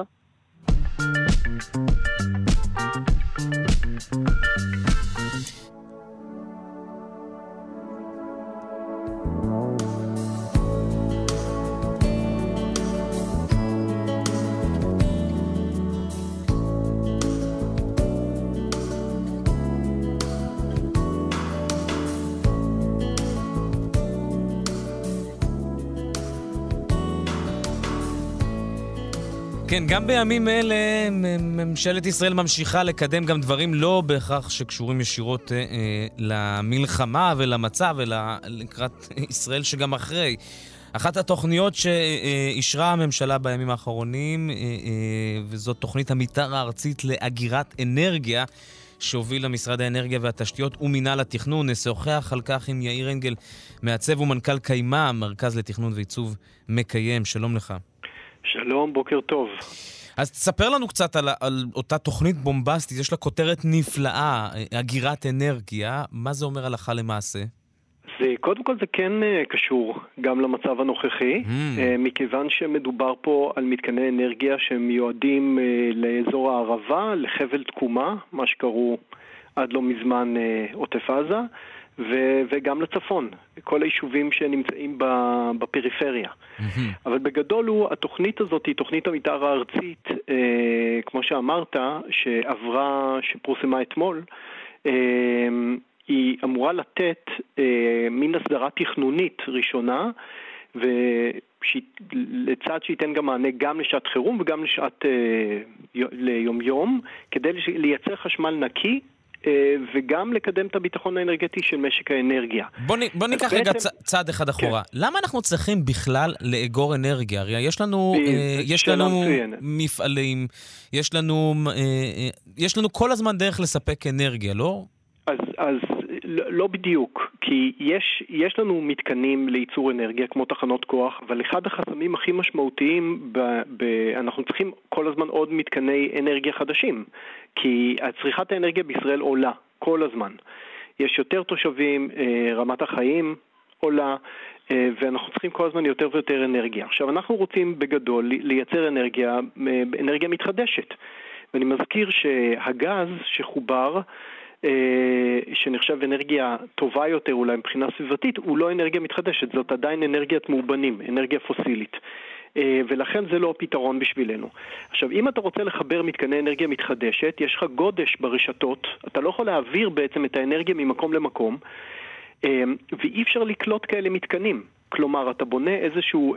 כן, גם בימים אלה ממשלת ישראל ממשיכה לקדם גם דברים לא בהכרח שקשורים ישירות אה, למלחמה ולמצב, אלא לקראת ישראל שגם אחרי. אחת התוכניות שאישרה הממשלה בימים האחרונים, אה, אה, וזאת תוכנית המתאר הארצית לאגירת אנרגיה, שהוביל למשרד האנרגיה והתשתיות ומינהל התכנון. נשוחח על כך עם יאיר אנגל, מעצב ומנכ"ל קיימה, מרכז לתכנון ועיצוב מקיים. שלום לך. שלום, בוקר טוב. אז תספר לנו קצת על, על אותה תוכנית בומבסטית, יש לה כותרת נפלאה, אגירת אנרגיה. מה זה אומר הלכה למעשה? זה, קודם כל זה כן קשור גם למצב הנוכחי, mm. מכיוון שמדובר פה על מתקני אנרגיה שמיועדים לאזור הערבה, לחבל תקומה, מה שקראו עד לא מזמן עוטף עזה, ו- וגם לצפון, כל היישובים שנמצאים בפריפריה. Mm-hmm. אבל בגדול הוא, התוכנית הזאת היא תוכנית המתאר הארצית, אה, כמו שאמרת, שעברה, שפורסמה אתמול, אה, היא אמורה לתת אה, מין הסדרה תכנונית ראשונה, ולצד שייתן גם מענה גם לשעת חירום וגם לשעת אה, ליום יום, כדי לייצר חשמל נקי, וגם לקדם את הביטחון האנרגטי של משק האנרגיה. בוא, בוא ניקח רגע בעצם... צעד אחד אחורה. כן. למה אנחנו צריכים בכלל לאגור אנרגיה? הרי יש לנו, אה, יש לנו מפעלים, יש לנו, אה, יש לנו כל הזמן דרך לספק אנרגיה, לא? אז, אז לא בדיוק, כי יש, יש לנו מתקנים לייצור אנרגיה כמו תחנות כוח, אבל אחד החסמים הכי משמעותיים, ב, ב, אנחנו צריכים כל הזמן עוד מתקני אנרגיה חדשים, כי צריכת האנרגיה בישראל עולה כל הזמן. יש יותר תושבים, רמת החיים עולה, ואנחנו צריכים כל הזמן יותר ויותר אנרגיה. עכשיו אנחנו רוצים בגדול לייצר אנרגיה, אנרגיה מתחדשת. ואני מזכיר שהגז שחובר, שנחשב אנרגיה טובה יותר אולי מבחינה סביבתית, הוא לא אנרגיה מתחדשת, זאת עדיין אנרגיית מאובנים, אנרגיה פוסילית. ולכן זה לא הפתרון בשבילנו. עכשיו, אם אתה רוצה לחבר מתקני אנרגיה מתחדשת, יש לך גודש ברשתות, אתה לא יכול להעביר בעצם את האנרגיה ממקום למקום, ואי אפשר לקלוט כאלה מתקנים. כלומר, אתה בונה איזשהו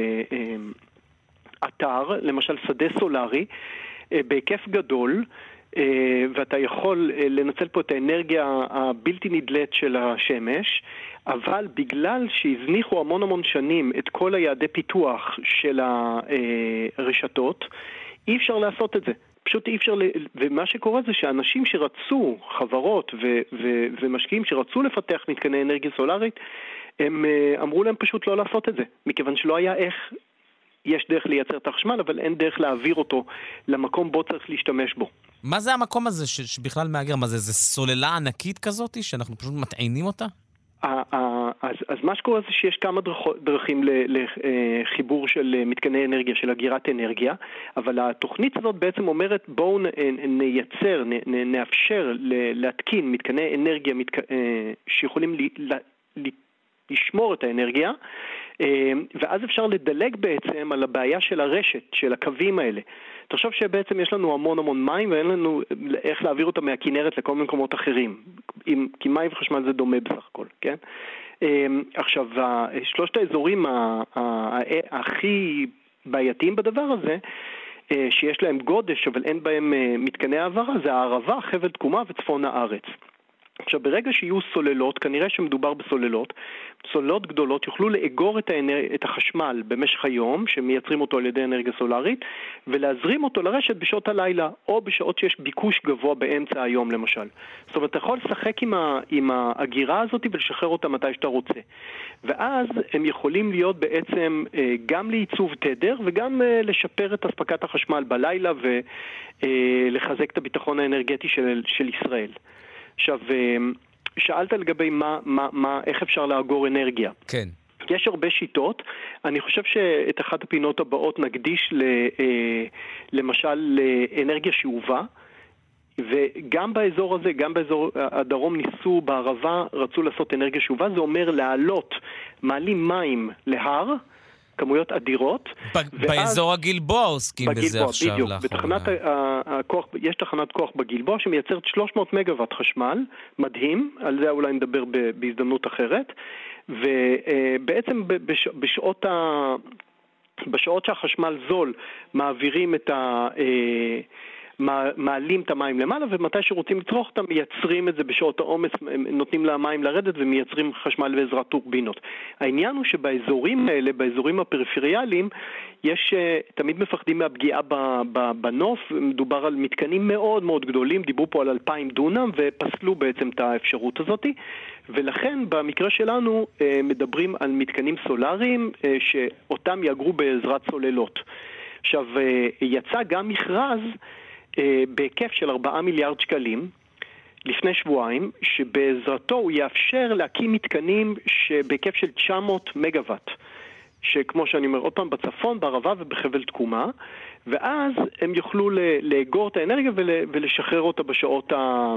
אתר, למשל שדה סולרי, בהיקף גדול, ואתה יכול לנצל פה את האנרגיה הבלתי נדלת של השמש, אבל בגלל שהזניחו המון המון שנים את כל היעדי פיתוח של הרשתות, אי אפשר לעשות את זה. פשוט אי אפשר, ומה שקורה זה שאנשים שרצו, חברות ו- ו- ומשקיעים שרצו לפתח מתקני אנרגיה סולרית, הם אמרו להם פשוט לא לעשות את זה, מכיוון שלא היה איך. יש דרך לייצר את החשמל, אבל אין דרך להעביר אותו למקום בו צריך להשתמש בו. מה זה המקום הזה ש- שבכלל מאגר? מה זה? זה סוללה ענקית כזאת שאנחנו פשוט מטעינים אותה? אז, אז מה שקורה זה שיש כמה דרכים לחיבור של מתקני אנרגיה, של אגירת אנרגיה, אבל התוכנית הזאת בעצם אומרת בואו נייצר, נאפשר להתקין מתקני אנרגיה שיכולים לשמור את האנרגיה, ואז אפשר לדלג בעצם על הבעיה של הרשת, של הקווים האלה. תחשוב שבעצם יש לנו המון המון מים ואין לנו איך להעביר אותם מהכינרת לכל מיני מקומות אחרים. כי מים וחשמל זה דומה בסך הכל, כן? עכשיו, שלושת האזורים הכי בעייתיים בדבר הזה, שיש להם גודש אבל אין בהם מתקני העברה, זה הערבה, חבל תקומה וצפון הארץ. עכשיו, ברגע שיהיו סוללות, כנראה שמדובר בסוללות, סוללות גדולות יוכלו לאגור את, האנר... את החשמל במשך היום, שמייצרים אותו על ידי אנרגיה סולרית, ולהזרים אותו לרשת בשעות הלילה, או בשעות שיש ביקוש גבוה באמצע היום למשל. זאת אומרת, אתה יכול לשחק עם, ה... עם האגירה הזאת ולשחרר אותה מתי שאתה רוצה. ואז הם יכולים להיות בעצם גם לעיצוב תדר, וגם לשפר את הספקת החשמל בלילה, ולחזק את הביטחון האנרגטי של, של ישראל. עכשיו, שאלת לגבי מה, מה, מה, איך אפשר לאגור אנרגיה. כן. יש הרבה שיטות. אני חושב שאת אחת הפינות הבאות נקדיש ל, למשל לאנרגיה שאובה, וגם באזור הזה, גם באזור הדרום ניסו בערבה, רצו לעשות אנרגיה שאובה, זה אומר לעלות, מעלים מים להר, כמויות אדירות. באזור הגלבוע עוסקים בזה עכשיו. בדיוק, בתחנת הכוח, יש תחנת כוח בגלבוע שמייצרת שלוש מאות מגוואט חשמל, מדהים, על זה אולי נדבר בהזדמנות אחרת, ובעצם בשעות ה... בשעות שהחשמל זול מעבירים את ה... מעלים את המים למעלה, ומתי שרוצים לצרוך אותם, מייצרים את זה בשעות העומס, נותנים למים לרדת ומייצרים חשמל בעזרת טורבינות. העניין הוא שבאזורים האלה, באזורים הפריפריאליים, יש, תמיד מפחדים מהפגיעה בנוף, מדובר על מתקנים מאוד מאוד גדולים, דיברו פה על אלפיים דונם, ופסלו בעצם את האפשרות הזאת, ולכן במקרה שלנו מדברים על מתקנים סולריים, שאותם יאגרו בעזרת סוללות. עכשיו, יצא גם מכרז, בהיקף של ארבעה מיליארד שקלים לפני שבועיים, שבעזרתו הוא יאפשר להקים מתקנים שבהיקף של תשע מאות מגוואט, שכמו שאני אומר עוד פעם בצפון, בערבה ובחבל תקומה, ואז הם יוכלו לאגור את האנרגיה ולשחרר אותה בשעות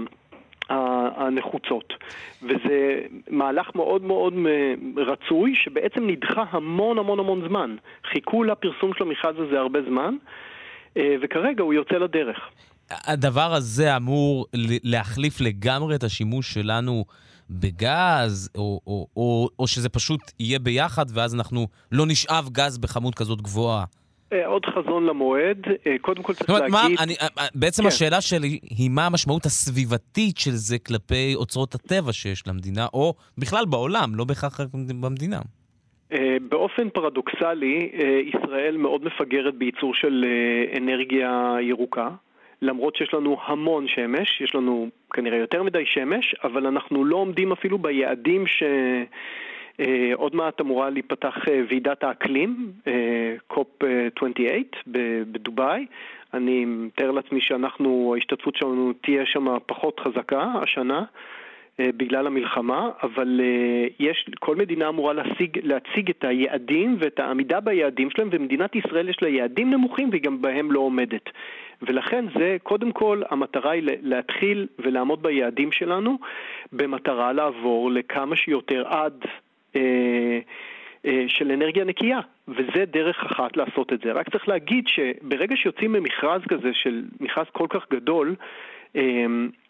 הנחוצות. וזה מהלך מאוד מאוד רצוי, שבעצם נדחה המון המון המון זמן. חיכו לפרסום של המכרז הזה הרבה זמן, וכרגע הוא יוצא לדרך. הדבר הזה אמור להחליף לגמרי את השימוש שלנו בגז, או, או, או, או שזה פשוט יהיה ביחד, ואז אנחנו לא נשאב גז בכמות כזאת גבוהה? עוד חזון למועד. קודם כל צריך להגיד... מה, אני, בעצם כן. השאלה שלי היא מה המשמעות הסביבתית של זה כלפי אוצרות הטבע שיש למדינה, או בכלל בעולם, לא בהכרח במדינה. באופן פרדוקסלי, ישראל מאוד מפגרת בייצור של אנרגיה ירוקה, למרות שיש לנו המון שמש, יש לנו כנראה יותר מדי שמש, אבל אנחנו לא עומדים אפילו ביעדים שעוד מעט אמורה להיפתח ועידת האקלים, קופ עשרים ושמונה בדובאי. אני מתאר לעצמי שאנחנו, ההשתתפות שלנו תהיה שם פחות חזקה השנה, בגלל המלחמה, אבל יש, כל מדינה אמורה להשיג, להציג את היעדים ואת העמידה ביעדים שלהם, ומדינת ישראל יש לה יעדים נמוכים והיא גם בהם לא עומדת. ולכן זה, קודם כל, המטרה היא להתחיל ולעמוד ביעדים שלנו, במטרה לעבור לכמה שיותר עד אה, אה, של אנרגיה נקייה, וזה דרך אחת לעשות את זה. רק צריך להגיד שברגע שיוצאים ממכרז כזה, של מכרז כל כך גדול, אה,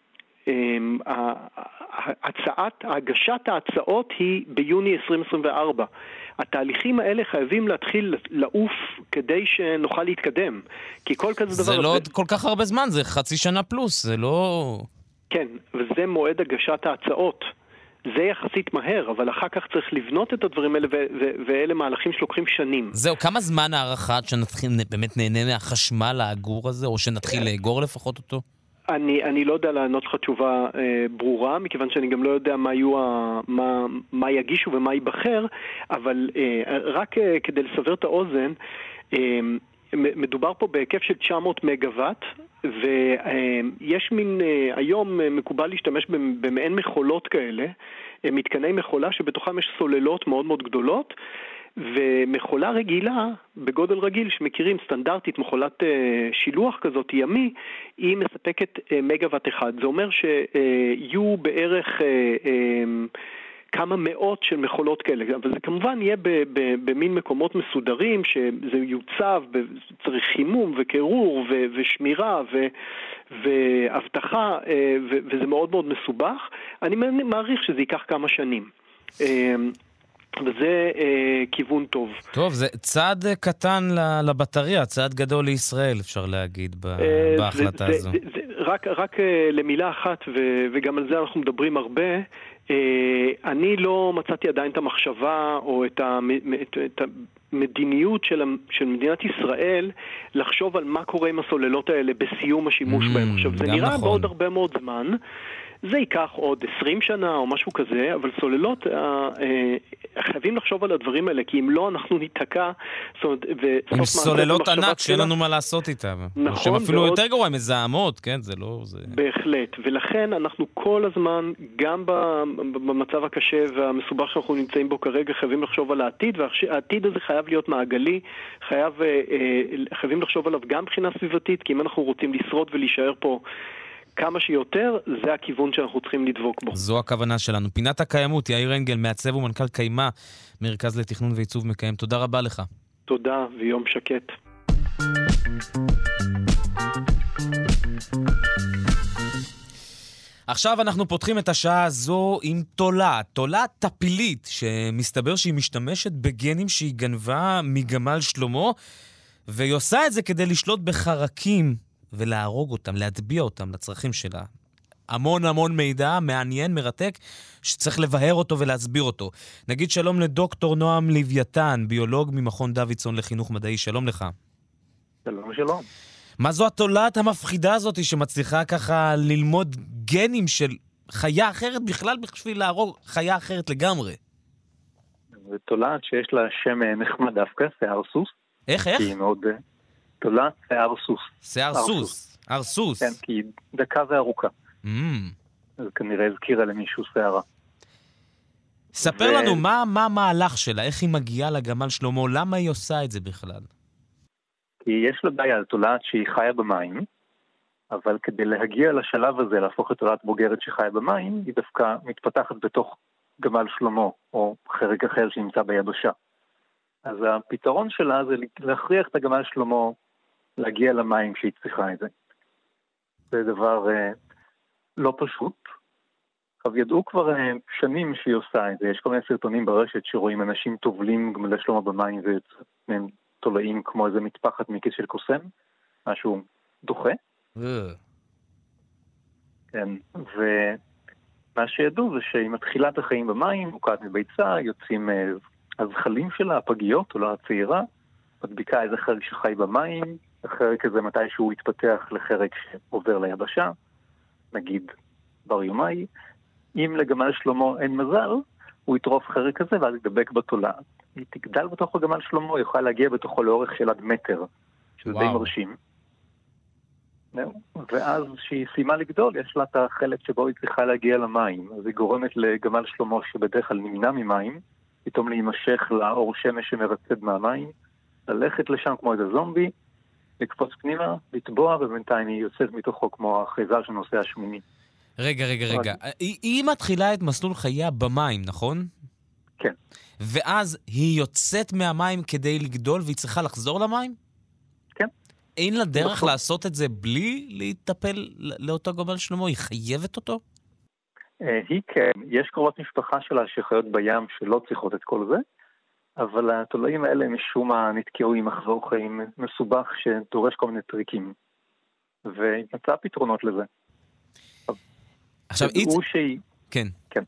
הצעת, הגשת ההצעות היא ביוני עשרים עשרים וארבע. התהליכים האלה חייבים להתחיל לעוף כדי שנוכל להתקדם. כי כל כזה דבר... זה לא עוד כל כך הרבה זמן, זה חצי שנה פלוס, זה לא... כן, וזה מועד הגשת ההצעות. זה יחסית מהר, אבל אחר כך צריך לבנות את הדברים האלה, ואלה מהלכים שלוקחים שנים. זהו, כמה זמן הערכה עד שנתחיל באמת נהנה מהחשמל האגור הזה, או שנתחיל לאגור לפחות אותו? אני, אני לא יודע לענות לך תשובה אה, ברורה, מכיוון שאני גם לא יודע מה, יהיו ה, מה, מה יגישו ומה ייבחר, אבל אה, רק אה, כדי לסבר את האוזן, אה, מדובר פה בהיקף של תשע מאות מגוואט, ויש מין, אה, היום אה, מקובל להשתמש במעין מכולות כאלה, אה, מתקני מכולה שבתוכם יש סוללות מאוד מאוד גדולות, ומכולה רגילה, בגודל רגיל שמכירים סטנדרטית, מכולת שילוח כזאת ימי, היא מספקת מגוואט אחד. זה אומר שיהיו בערך כמה מאות של מכולות כאלה, אבל זה כמובן יהיה במין מקומות מסודרים, שזה יוצב, צריך חימום וקירור ושמירה והבטחה, וזה מאוד מאוד מסובך. אני מעריך שזה ייקח כמה שנים. וזה אה, כיוון טוב. טוב, זה צעד קטן לבטריה, צעד גדול לישראל, אפשר להגיד, ב- אה, בהחלטה זה, הזו. זה, זה, זה, רק, רק אה, למילה אחת, ו- וגם על זה אנחנו מדברים הרבה, אה, אני לא מצאתי עדיין את המחשבה, או את, המ- את, את המדיניות של, של מדינת ישראל, לחשוב על מה קורה עם הסוללות האלה בסיום השימוש mm, בהם. עכשיו, זה נראה נכון. בעוד הרבה מאוד זמן, זה ייקח עוד עשרים שנה או משהו כזה, אבל סוללות, אה, אה, חייבים לחשוב על הדברים האלה, כי אם לא, אנחנו ניתקע. עם סוללות ענק, שאין לנו מה לעשות איתם. נכון. שהם אפילו ועוד... יותר גרוע, מזהמות, כן? זה לא... זה... בהחלט, ולכן אנחנו כל הזמן, גם במצב הקשה והמסובך שאנחנו נמצאים בו כרגע, חייבים לחשוב על העתיד, והעתיד הזה חייב להיות מעגלי, חייב, אה, אה, חייבים לחשוב עליו גם מבחינה סביבתית, כי אם אנחנו רוצים לשרוד ולהישאר פה, כמה שיותר, זה הכיוון שאנחנו צריכים לדבוק בו. זו הכוונה שלנו. פינת הקיימות, יאיר אנגל, מעצב ומנכ"ל קיימה, מרכז לתכנון ועיצוב מקיים. תודה רבה לך. תודה, ויום שקט. עכשיו אנחנו פותחים את השעה הזו עם תולעת, תולעת טפילית, שמסתבר שהיא משתמשת בגנים שהיא גנבה מגמל שלמה, והיא עושה את זה כדי לשלוט בחרקים ולהרוג אותם, להטביע אותם לצרכים שלה. המון המון מידע, מעניין, מרתק, שצריך לבהר אותו ולהסביר אותו. נגיד שלום לדוקטור נועם לוויתן, ביולוג ממכון דוידסון לחינוך מדעי. שלום לך. שלום, שלום. מה זו התולעת המפחידה הזאת שמצליחה ככה ללמוד גנים של חיה אחרת בכלל בשביל להרוג חיה אחרת לגמרי? זו תולעת שיש לה שם נחמד דווקא, שיער סוס. איך, איך? היא מאוד... תולעת שיער סוס. שיער סוס. שיער סוס. כן, כי היא דקה וארוכה. Mm. אז כנראה הזכירה למישהו שערה. ספר ו... לנו, מה, מה המהלך שלה? איך היא מגיעה לגמל שלמה? למה היא עושה את זה בכלל? כי יש לה בעיה, תולעת שהיא חיה במים, אבל כדי להגיע לשלב הזה, להפוך את תולעת בוגרת שחיה במים, היא דווקא מתפתחת בתוך גמל שלמה, או חרק אחר שנמצא ביבשה. אז הפתרון שלה זה להכריח את הגמל שלמה להגיע למים כשהיא צריכה את זה. זה דבר אה, לא פשוט. אבל ידעו כבר אה, שנים שהיא עושה את זה. יש כל מיני סרטונים ברשת שרואים אנשים טובלים גמלי שלמה במים והם תולעים כמו איזה מטפחת מכיס של קוסם, משהו דוחה. כן, ומה שידעו זה שהיא מתחילה את החיים במים, מוקעת מביצה, יוצאים אה, הזחלים שלה, הפגיות, או לא הצעירה, מדביקה איזה חרק שחי במים, החרק הזה מתישהו יתפתח לחרק שעובר ליבשה, נגיד בר יומי. אם לגמל שלמה אין מזל, הוא יטרוף חרק הזה ואז ידבק בתולעת. היא תגדל בתוך הגמל שלמה, היא יכולה להגיע בתוכו לאורך של עד מטר, שזה די מרשים. ואז כשהיא סיימה לגדול, יש לה את החלק שבו היא צריכה להגיע למים. אז היא גורמת לגמל שלמה שבדרך כלל נמנע ממים, פתאום להימשך לאור שמש שמרצד מהמים, ללכת לשם כמו איזה זומבי, לקפוץ פנימה, לטבוע, ובינתיים היא יוצאת מתוכו כמו החייזר שנוסע שמיני. רגע, רגע, רגע. היא, היא מתחילה את מסלול חייה במים, נכון? כן. ואז היא יוצאת מהמים כדי לגדול והיא צריכה לחזור למים? כן. אין לה דרך נכון. לעשות את זה בלי להיטפל לאותו גמל שלמה? היא חייבת אותו? היא כן. יש קרובות משפחה שלה שחיות בים שלא צריכות את כל זה, אבל התולעים האלה משום מה נתקעו עם מחזור חיים מסובך שדורש כל מיני טריקים. והיא מצאה פתרונות לזה. עכשיו, ידעו שהיא... כן. כן.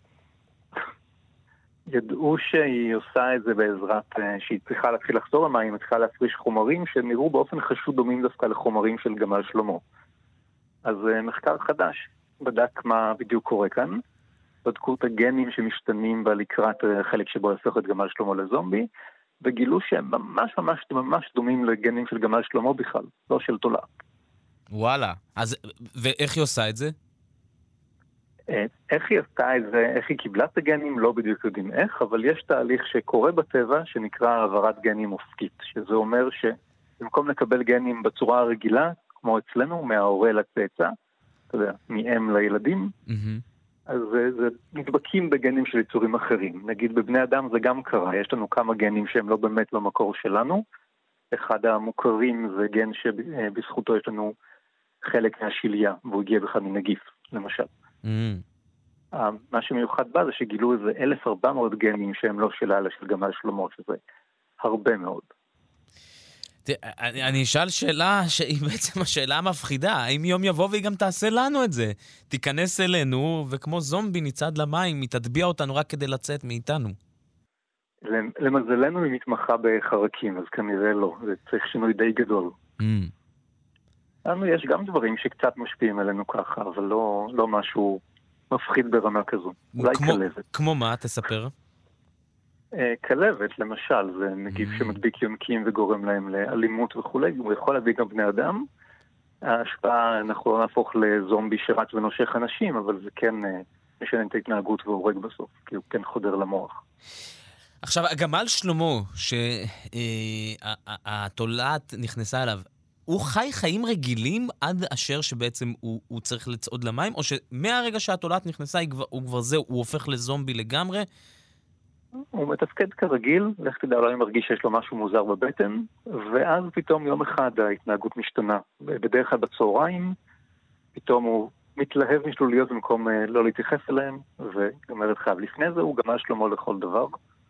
ידעו שהיא עושה את זה בעזרת, שהיא צריכה להתחיל לחזור למים, היא צריכה להפריש חומרים שנראו באופן חשוד דומים דווקא לחומרים של גמל שלמה. אז מחקר חדש בדק מה בדיוק קורה כאן, בדקו את הגנים שמשתנים בה לקראת חלק שבו יהפוך את גמל שלמה לזומבי, וגילו שהם ממש ממש ממש דומים לגנים של גמל שלמה בכלל, לא של תולעת. וואלה. אז, ואיך היא עושה את זה? איך היא עשתה את זה, איך היא קיבלה את הגנים, לא בדיוק יודעים איך, אבל יש תהליך שקורה בטבע שנקרא העברת גנים אופקית, שזה אומר שבמקום לקבל גנים בצורה הרגילה, כמו אצלנו, מההורה לצאצא, אתה יודע, מאם לילדים, mm-hmm. אז זה, זה נדבקים בגנים של יצורים אחרים. נגיד בבני אדם זה גם קרה, יש לנו כמה גנים שהם לא באמת לא מקור שלנו, אחד המוכרים זה גן שבזכותו יש לנו חלק מהשיליה, והוא הגיע בכלל מנגיף, למשל. Mm. מה שמיוחד בה זה שגילו איזה אלף וארבע מאות גנים שהם לא של הלאה של גמל שלמה, שזה הרבה מאוד. אני, אני אשאל שאלה שהיא בעצם השאלה המפחידה, האם יום יבוא והיא גם תעשה לנו את זה? תיכנס אלינו וכמו זומבי ניצד למים, היא תטביע אותנו רק כדי לצאת מאיתנו. למזלנו היא מתמחה בחרקים, אז כנראה לא, זה צריך שינוי די גדול. Mm. לנו יש גם דברים שקצת משפיעים עלינו ככה, אבל לא, לא משהו מפחיד ברמה כזו. אולי כמו, כלבת. כמו מה? תספר. כלבת, למשל, זה נגיף שמדביק יונקים וגורם להם לאלימות וכו'. הוא יכול להביא גם בני אדם. ההשפעה, אנחנו לא נהפוך לזומבי שרץ ונושך אנשים, אבל זה כן משנה את ההתנהגות והורג בסוף, כי הוא כן חודר למוח. עכשיו, הגמל שלמה, שהתולעת נכנסה אליו, הוא חי חיים רגילים עד אשר שבעצם הוא, הוא צריך לצעוד למים, או שמהרגע שהתולעת נכנסה הוא כבר זהו, הוא הופך לזומבי לגמרי? הוא מתפקד כרגיל, לך תדע, אולי מרגיש שיש לו משהו מוזר בבטן, ואז פתאום יום אחד ההתנהגות משתנה. בדרך כלל בצהריים, פתאום הוא מתלהב משלוליות במקום לא להתייחס אליהם, וגמר את חייו. לפני זה הוא גמל שלמה לכל דבר.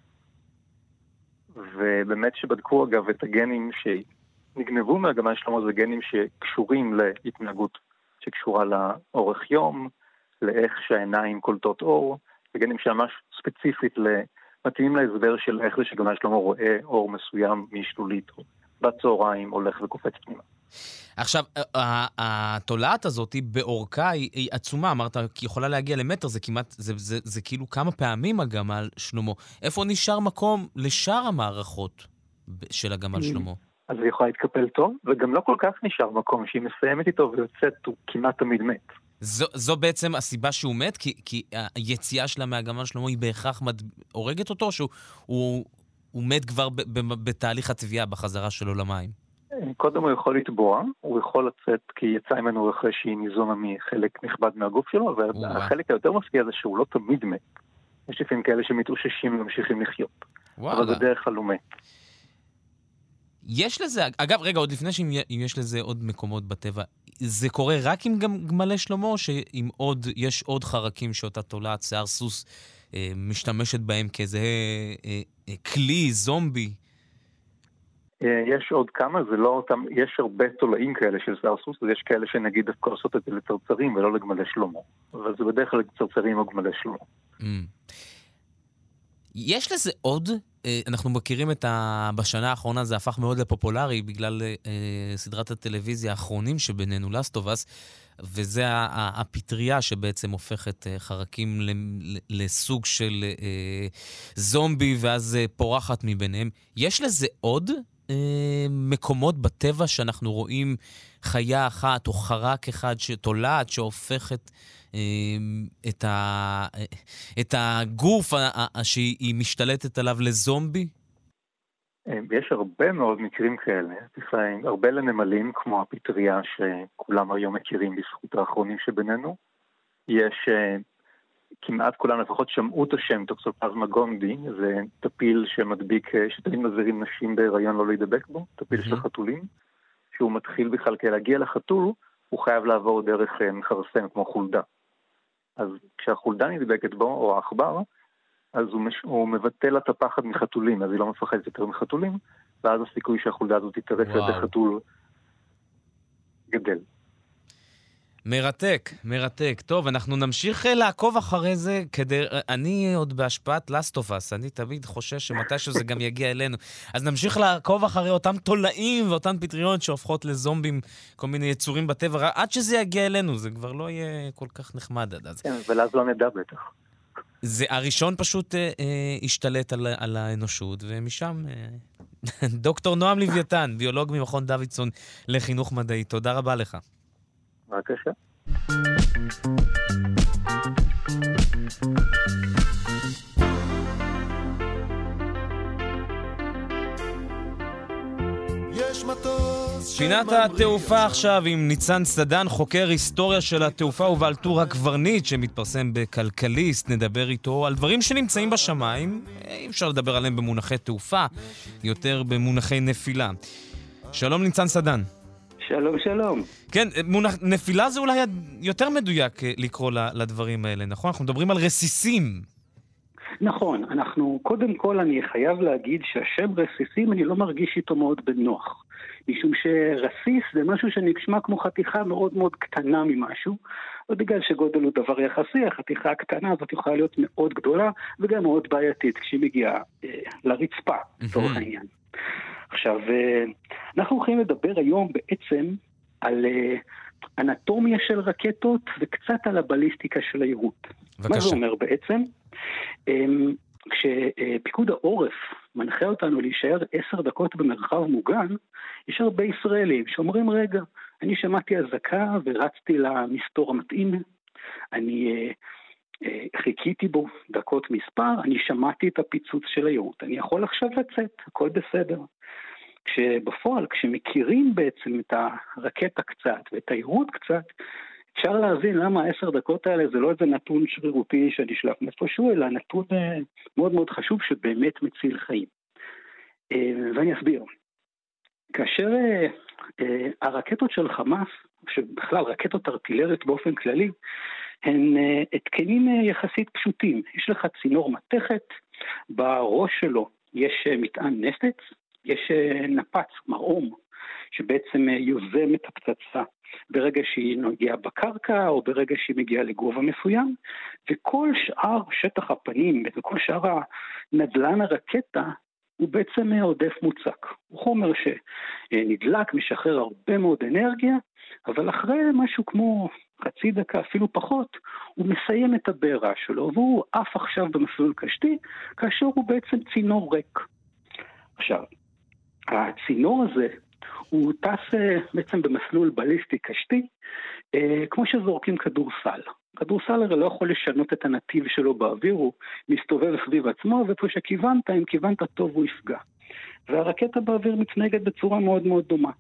ובאמת שבדקו אגב את הגנים שנגנבו מהגמל שלמה, זה גנים שקשורים להתנהגות שקשורה לאורך יום, לאיך שהעיניים קולטות אור, וגנים שממש ספציפית מתאימים להסבר של איך זה שגמל שלמה רואה אור מסוים משלולית, בצהריים הולך וקופץ פנימה. עכשיו, התולעת הזאת באורכה היא עצומה, אמרת, כי יכולה להגיע למטר, זה כמעט, זה, זה, זה כאילו כמה פעמים הגמל שלמה. איפה נשאר מקום לשאר המערכות של הגמל שלמה? אז היא יכולה להתקפל טוב, וגם לא כל כך נשאר מקום, שהיא מסיימת איתו ויוצאת, הוא כמעט תמיד מת. זו, זו בעצם הסיבה שהוא מת? כי, כי היציאה שלה מהגמל שלמה היא בהכרח מד... הורגת אותו, שהוא הוא, הוא מת כבר ב, ב, בתהליך התביעה בחזרה שלו למים? קודם הוא יכול לטבוע, הוא יכול לצאת כי יצא ממנו אחרי שהיא ניזונה מחלק נכבד מהגוף שלו, והחלק היותר מפתיע זה שהוא לא תמיד מת. יש לפעמים כאלה שמתאוששים וממשיכים לחיות. אבל בדרך כלל הוא מת. יש לזה, אגב, רגע, עוד לפני שאם יש לזה עוד מקומות בטבע, זה קורה רק עם גמלי שלמה, או שאם עוד, יש עוד חרקים שאותה תולעת, שיער סוס, אה, משתמשת בהם כאיזה אה, אה, כלי, זומבי? יש עוד כמה, זה לא אותם, יש הרבה תולעים כאלה של שיער סוס, אז יש כאלה שנגיד דווקא לעשות את זה לצרצרים ולא לגמלי שלמה. אבל זה בדרך כלל לצרצרים או גמלי שלמה. Mm. יש לזה עוד? אנחנו מכירים את ה... בשנה האחרונה זה הפך מאוד לפופולרי בגלל אה, סדרת הטלוויזיה האחרונים שבינינו, Last of Us, וזה הפטריה שבעצם הופכת חרקים לסוג של אה, זומבי ואז פורחת מביניהם. יש לזה עוד אה, מקומות בטבע שאנחנו רואים חיה אחת או חרק אחד שתולעת שהופכת את ה את הגוף שהיא משתלטת עליו לזומבי? יש הרבה מאוד מקרים כאלה, הרבה לנמלים כמו הפטריה שכולם היום מכירים בזכות האחרונים שבינינו. יש כמעט כולם לפחות שמעו את השם טוקסופלזמה גונדי, זה טפיל שמדביק, שתמיד מזהירים נשים בהיריון לא להידבק בו, טפיל של חתולים, שהוא מתחיל בכלל כדי להגיע לחתול, הוא חייב לעבור דרך מכרסם כמו חולדה. אז כשהחולדה נדבקת בו, או העכבר, אז הוא, מש... הוא מבטל את הפחד מחתולים, אז היא לא מפחדת יותר מחתולים, ואז הסיכוי שהחולדה הזאת תתרץ לידי חתול גדל. מרתק, מרתק. טוב, אנחנו נמשיך לעקוב אחרי זה, כדי... אני עוד בהשפעת Last of Us, אני תמיד חושש שמתישהו זה גם יגיע אלינו. אז נמשיך לעקוב אחרי אותם תולעים ואותן פטריות שהופכות לזומבים, כל מיני יצורים בטבע, עד שזה יגיע אלינו, זה כבר לא יהיה כל כך נחמד עד אז. כן, אבל אז לא נדע בטח. זה הראשון פשוט אה, אה, השתלט על, על האנושות, ומשם אה, דוקטור נועם לוויתן, ביולוג ממכון דוידסון לחינוך מדעי. תודה רבה לך. בבקשה. פינת התעופה עכשיו עם ניצן סדן, חוקר היסטוריה של התעופה ובעל טור הקברניט שמתפרסם בכלכליסט. נדבר איתו על דברים שנמצאים בשמיים, אי אפשר לדבר עליהם במונחי תעופה, יותר במונחי נפילה. שלום ניצן סדן. שלום, שלום. כן, מונח, נפילה זה אולי יותר מדויק לקרוא לדברים האלה, נכון? אנחנו מדברים על רסיסים. נכון, אנחנו, קודם כל אני חייב להגיד שהשם רסיסים אני לא מרגיש איתו מאוד בנוח. משום שרסיס זה משהו שנשמע כמו חתיכה מאוד מאוד קטנה ממשהו, ובגלל שגודל הוא דבר יחסי, החתיכה הקטנה הזאת יכולה להיות מאוד גדולה, וגם מאוד בעייתית כשהיא מגיעה אה, לרצפה, לצורך העניין. עכשיו, אנחנו הולכים לדבר היום בעצם על אנטומיה של רקטות וקצת על הבליסטיקה של היירוט. מה זה אומר בעצם? כשפיקוד העורף מנחה אותנו להישאר עשר דקות במרחב מוגן, יש הרבה ישראלים שאומרים, רגע, אני שמעתי אזעקה ורצתי למסתור המתאים, אני חיכיתי בו דקות מספר, אני שמעתי את הפיצוץ של היירוט, אני יכול עכשיו לצאת, הכל בסדר. כשבפועל, כשמכירים בעצם את הרקטה קצת ואת היירוט קצת, אפשר להבין למה העשר דקות האלה זה לא איזה נתון שרירותי שנשלח מאיפשהו, אלא נתון מאוד מאוד חשוב שבאמת מציל חיים. ואני אסביר. כאשר הרקטות של חמאס שבכלל רקטות ארטילריות באופן כללי, הן התקנים יחסית פשוטים. יש לך צינור מתכת, בראש שלו יש מטען נפץ, יש נפץ, מרעום, שבעצם יוזם את הפצצה ברגע שהיא מגיעה בקרקע או ברגע שהיא מגיעה לגובה מסוים, וכל שאר שטח הפנים וכל שאר הנדלן הרקטה הוא בעצם עודף מוצק. הוא חומר שנדלק, משחרר הרבה מאוד אנרגיה, אבל אחרי משהו כמו חצי דקה, אפילו פחות, הוא מסיים את הבעירה שלו, והוא עף עכשיו במסלול קשתי, כאשר הוא בעצם צינור ריק. עכשיו, הצינור הזה, הוא טס בעצם במסלול בליסטי קשתי, כמו שזורקים כדורסל. כדורסל הרי לא יכול לשנות את הנתיב שלו באוויר, הוא מסתובב סביב עצמו, ואיפה שכיוונת, אם כיוונת טוב הוא יפגע. והרקטה באוויר מתנהגת בצורה מאוד מאוד דומה.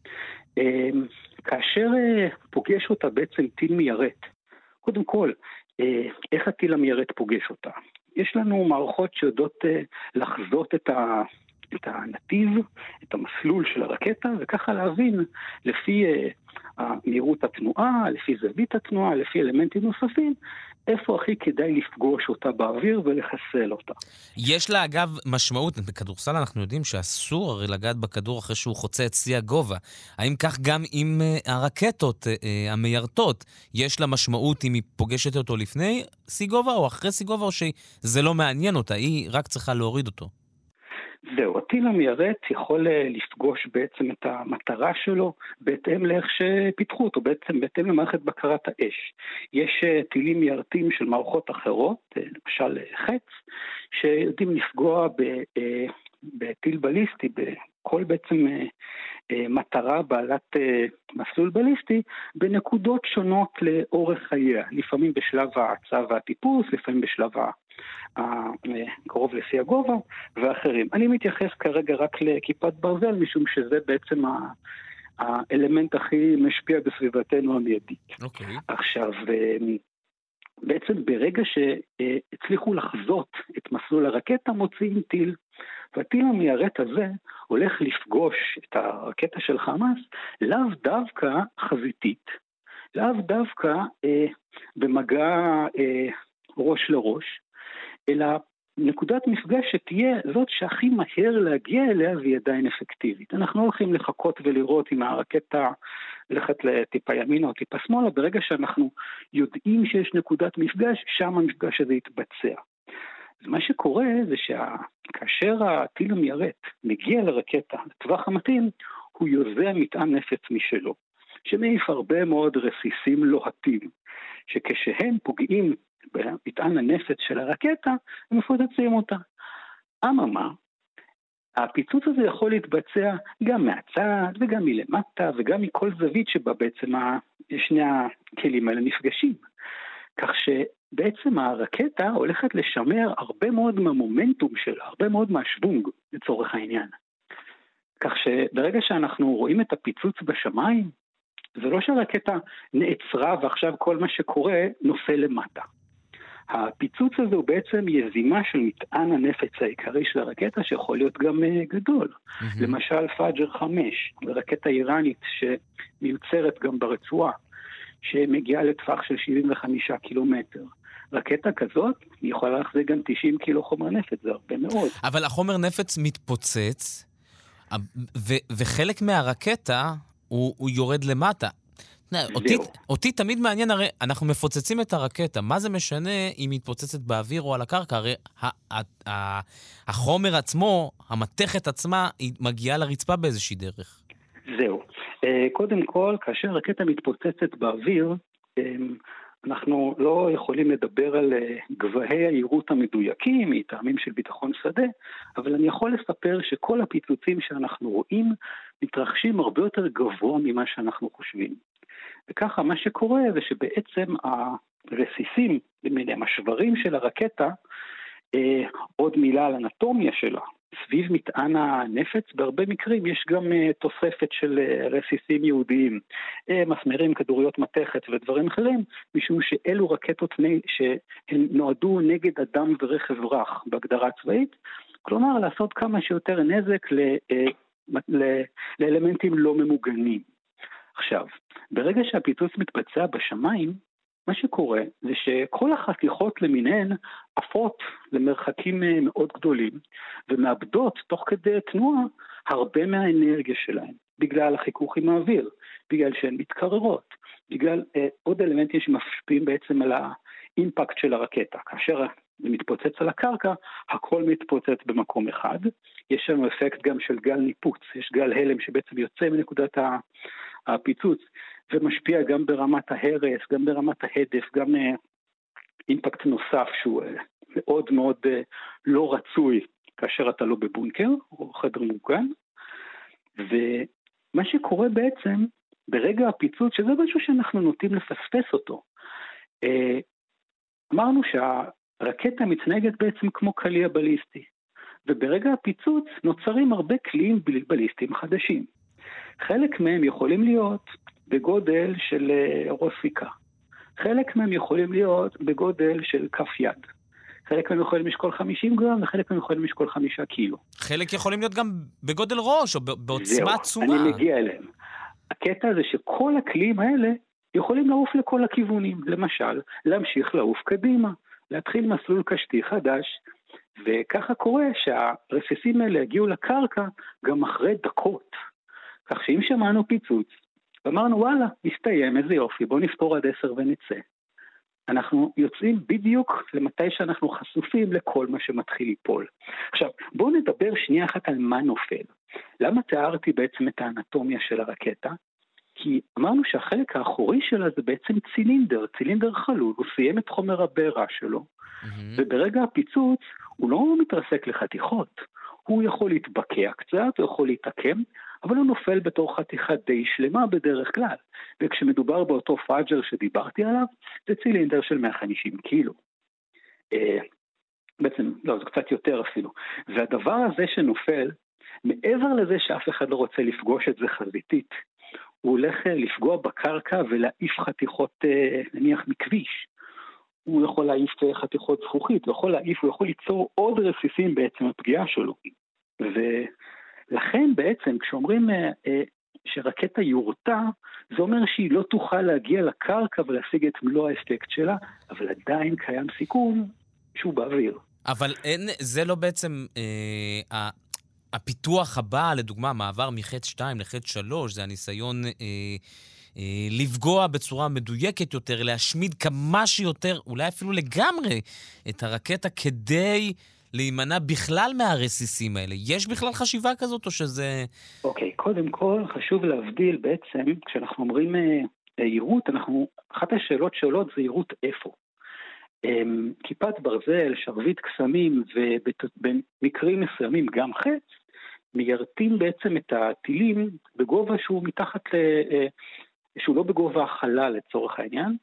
כאשר פוגש אותה בעצם טיל מיירט, קודם כל, איך הטיל המיירט פוגש אותה? יש לנו מערכות שיודעות לחזות את ה... את הנתיב, את המסלול של הרקטה, וככה להבין לפי uh, מהירות התנועה, לפי זווית התנועה, לפי אלמנטים נוספים, איפה הכי כדאי לפגוש אותה באוויר ולחסל אותה. יש לה אגב משמעות, בכדורסל אנחנו יודעים שאסור הרי לגעת בכדור אחרי שהוא חוצה את שיא הגובה. האם כך גם עם uh, הרקטות uh, המיירטות, יש לה משמעות אם היא פוגשת אותו לפני שיא גובה או אחרי שיא גובה, או שזה לא מעניין אותה, היא רק צריכה להוריד אותו? זהו, הטיל המיירט יכול לפגוש בעצם את המטרה שלו בהתאם לאיך שפיתחו אותו, בעצם בהתאם למערכת בקרת האש. יש טילים מיירטים של מערכות אחרות, למשל חץ, שיודעים לפגוע בטיל בליסטי, בכל בעצם מטרה בעלת מסלול בליסטי, בנקודות שונות לאורך חייה, לפעמים בשלב ההצעה והטיפוס, לפעמים בשלב קרוב לפי הגובה ואחרים. אני מתייחס כרגע רק לכיפת ברזל, משום שזה בעצם האלמנט הכי משפיע בסביבתנו המיידית. Okay. עכשיו, בעצם ברגע שהצליחו לחזות את מסלול הרקטה, מוציאים טיל, והטיל המיירט הזה הולך לפגוש את הרקטה של חמאס, לאו דווקא חזיתית, לאו דווקא אה, במגע אה, ראש לראש, אלא נקודת מפגש שתהיה זאת שהכי מהר להגיע אליה והיא עדיין אפקטיבית. אנחנו לא הולכים לחכות ולראות אם הרקטה הולכת לטיפה ימינה או טיפה שמאלה, ברגע שאנחנו יודעים שיש נקודת מפגש, שם המפגש הזה יתבצע. אז מה שקורה זה שכאשר הטיל המיירט מגיע לרקטה, לטווח המתאים, הוא יוזם מטען נפץ משלו, שמעיף הרבה מאוד רסיסים לוהטים, שכשהם פוגעים במטען הנפץ של הרקטה, הם מפוצצים אותה. אממה, הפיצוץ הזה יכול להתבצע גם מהצד וגם מלמטה וגם מכל זווית שבה בעצם שני הכלים האלה נפגשים. כך שבעצם הרקטה הולכת לשמר הרבה מאוד מהמומנטום שלה, הרבה מאוד מהשוונג לצורך העניין. כך שברגע שאנחנו רואים את הפיצוץ בשמיים, זה לא שהרקטה נעצרה ועכשיו כל מה שקורה נופל למטה. הפיצוץ הזה הוא בעצם יזימה של מטען הנפץ העיקרי של הרקטה, שיכול להיות גם גדול. Mm-hmm. למשל פאג'ר חמש, רקטה איראנית שמיוצרת גם ברצועה, שמגיעה לטווח של שבעים וחמישה קילומטר. רקטה כזאת, היא יכולה להחזיק גם תשעים קילו חומר נפץ, זה הרבה מאוד. אבל החומר נפץ מתפוצץ, ו- וחלק מהרקטה הוא, הוא יורד למטה. אותי, אותי תמיד מעניין, הרי אנחנו מפוצצים את הרקטה, מה זה משנה אם היא מתפוצצת באוויר או על הקרקע? הרי ה- ה- ה- החומר עצמו, המתכת עצמה, היא מגיעה לרצפה באיזושהי דרך. זהו. קודם כל, כאשר הרקטה מתפוצצת באוויר, אנחנו לא יכולים לדבר על גבהי העירות המדויקים, מטעמים של ביטחון שדה, אבל אני יכול לספר שכל הפיצוצים שאנחנו רואים מתרחשים הרבה יותר גבוה ממה שאנחנו חושבים. וככה מה שקורה זה שבעצם הרסיסים, למיניהם השברים של הרקטה, אה, עוד מילה על אנטומיה שלה, סביב מטען הנפץ, בהרבה מקרים יש גם uh, תוספת של uh, רסיסים יהודיים, uh, מסמרים, כדוריות מתכת ודברים אחרים, משום שאלו רקטות שהן נועדו נגד אדם ורכב רך בהגדרה צבאית, כלומר לעשות כמה שיותר נזק ל, uh, ל, לאלמנטים לא ממוגנים. עכשיו, ברגע שהפיצוץ מתבצע בשמיים, מה שקורה זה שכל החתיכות למיניהן עפות למרחקים מאוד גדולים, ומאבדות תוך כדי תנועה הרבה מהאנרגיה שלהן, בגלל החיכוך עם האוויר, בגלל שהן מתקררות, בגלל אה, עוד אלמנטים שמשפיעים בעצם על האימפקט של הרקטה. כאשר זה מתפוצץ על הקרקע, הכל מתפוצץ במקום אחד. יש לנו אפקט גם של גל ניפוץ, יש גל הלם שבעצם יוצא מנקודת הפיצוץ, ומשפיע גם ברמת ההרס, גם ברמת ההדף, גם אה, אימפקט נוסף שהוא אה, מאוד מאוד אה, לא רצוי, כאשר אתה לא בבונקר או חדר מוגן. ומה שקורה בעצם ברגע הפיצוץ, שזה משהו שאנחנו נוטים לפספס אותו, אה, אמרנו שהרקטה מתנהגת בעצם כמו קליע בליסטי, וברגע הפיצוץ נוצרים הרבה כלים בליסטיים חדשים. חלק מהם יכולים להיות בגודל של ראש סיכה, חלק מהם יכולים להיות בגודל של כף יד, חלק מהם יכולים לשקול חמישים גרם, וחלק מהם יכולים לשקול חמישה קילו. חלק יכולים להיות גם בגודל ראש, או בעוצמה עצומה. אני מגיע אליהם. הקטע זה שכל הכלים האלה יכולים לעוף לכל הכיוונים. למשל, להמשיך לעוף קדימה, להתחיל מסלול קשתי חדש, וככה קורה שהרסיסים האלה הגיעו לקרקע גם אחרי דקות. כך שאם שמענו פיצוץ, ואמרנו וואלה, מסתיים, איזה יופי, בוא נפתור עד עשר ונצא. אנחנו יוצאים בדיוק למתי שאנחנו חשופים לכל מה שמתחיל ליפול. עכשיו, בואו נדבר שנייה אחת על מה נופל. למה תיארתי בעצם את האנטומיה של הרקטה? כי אמרנו שהחלק האחורי שלה זה בעצם צילינדר, צילינדר חלול, הוא סיים את חומר הבעירה שלו, mm-hmm. וברגע הפיצוץ הוא לא מתרסק לחתיכות, הוא יכול להתבקע קצת, הוא יכול להתעקם, אבל הוא נופל בתור חתיכה די שלמה בדרך כלל. וכשמדובר באותו פאג'ר שדיברתי עליו, זה צילינדר של מאה וחמישים קילו. אה, בעצם, לא, זה קצת יותר אפילו. והדבר הזה שנופל, מעבר לזה שאף אחד לא רוצה לפגוש את זה חזיתית, הוא הולך לפגוע בקרקע ולהעיף חתיכות, נניח, מכביש. הוא יכול להעיף חתיכות זכוכית, הוא יכול להעיף, הוא יכול ליצור עוד רסיסים בעצם הפגיעה שלו. ולכן בעצם כשאומרים שרקטה יורתה, זה אומר שהיא לא תוכל להגיע לקרקע ולהשיג את מלוא האפקט שלה, אבל עדיין קיים סיכון שהוא באוויר. אבל אין, זה לא בעצם... אה, הפיתוח הבא, לדוגמה, מעבר מחץ שתיים לחץ שלוש, זה הניסיון אה, אה, לפגוע בצורה מדויקת יותר, להשמיד כמה שיותר, אולי אפילו לגמרי, את הרקטה כדי להימנע בכלל מהרסיסים האלה. יש בכלל חשיבה כזאת או שזה... אוקיי, okay, קודם כל חשוב להבדיל בעצם, כשאנחנו אומרים אה, יירוט, אנחנו, אחת השאלות שעולות זה יירוט איפה. אה, כיפת ברזל, שרביט קסמים ובמקרים מסוימים גם חץ, מיירטים בעצם את הטילים בגובה שהוא מתחת, שהוא לא בגובה החלל לצורך העניין,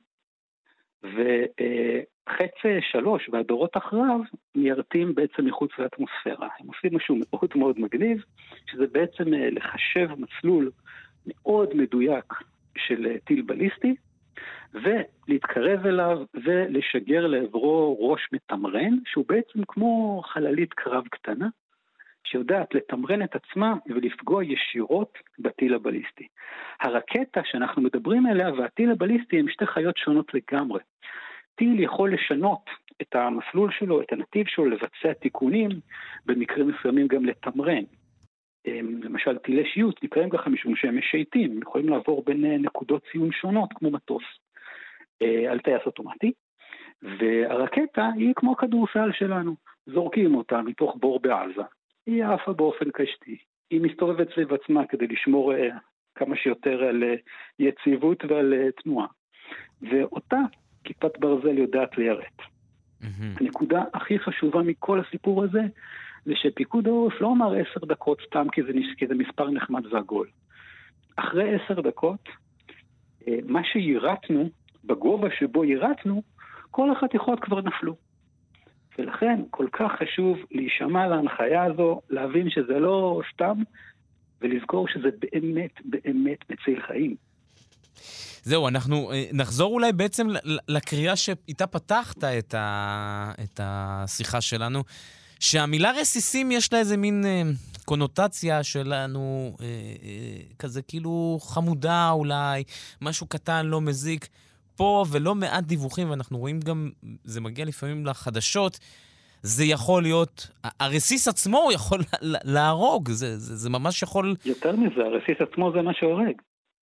וחץ שלוש והדורות אחריו מיירטים בעצם מחוץ לאטמוספירה. הם עושים משהו מאוד מאוד מגניב, שזה בעצם לחשב מסלול מאוד מדויק של טיל בליסטי, ולהתקרב אליו ולשגר לעברו ראש מתמרן, שהוא בעצם כמו חללית קרב קטנה, שיודעת לתמרן את עצמה ולפגוע ישירות בטיל הבליסטי. הרקטה שאנחנו מדברים עליה והטיל הבליסטי הם שתי חיות שונות לגמרי. טיל יכול לשנות את המסלול שלו, את הנתיב שלו, לבצע תיקונים, במקרים מסוימים גם לתמרן. למשל טילי שיוט נקראים ככה משום שהם משייטים, הם יכולים לעבור בין נקודות ציון שונות כמו מטוס על טייס אוטומטי, והרקטה היא כמו הכדורסל שלנו, זורקים אותה מתוך בור בעזה. היא עפה באופן קשתי, היא מסתובבת סביב עצמה כדי לשמור uh, כמה שיותר על uh, יציבות ועל uh, תנועה. ואותה כיפת ברזל יודעת ליירט. Mm-hmm. הנקודה הכי חשובה מכל הסיפור הזה, זה שפיקוד העורף לא אמר עשר דקות סתם כי זה, כי זה מספר נחמד ועגול. אחרי עשר דקות, uh, מה שירתנו, בגובה שבו ירתנו, כל החתיכות כבר נפלו. ולכן כל כך חשוב להישמע להנחיה הזו, להבין שזה לא סתם, ולזכור שזה באמת באמת מציל חיים. זהו, אנחנו נחזור אולי בעצם לקריאה שאיתה פתחת את, ה... את השיחה שלנו, שהמילה רסיסים יש לה איזה מין הקונוטציה שלנו אה, אה, כזה כאילו חמודה אולי, משהו קטן, לא מזיק. פה ולא מעט דיווחים, ואנחנו רואים גם, זה מגיע לפעמים לחדשות, זה יכול להיות, הרסיס עצמו הוא יכול להרוג, זה, זה, זה ממש יכול... יותר מזה, הרסיס עצמו זה מה שהורג.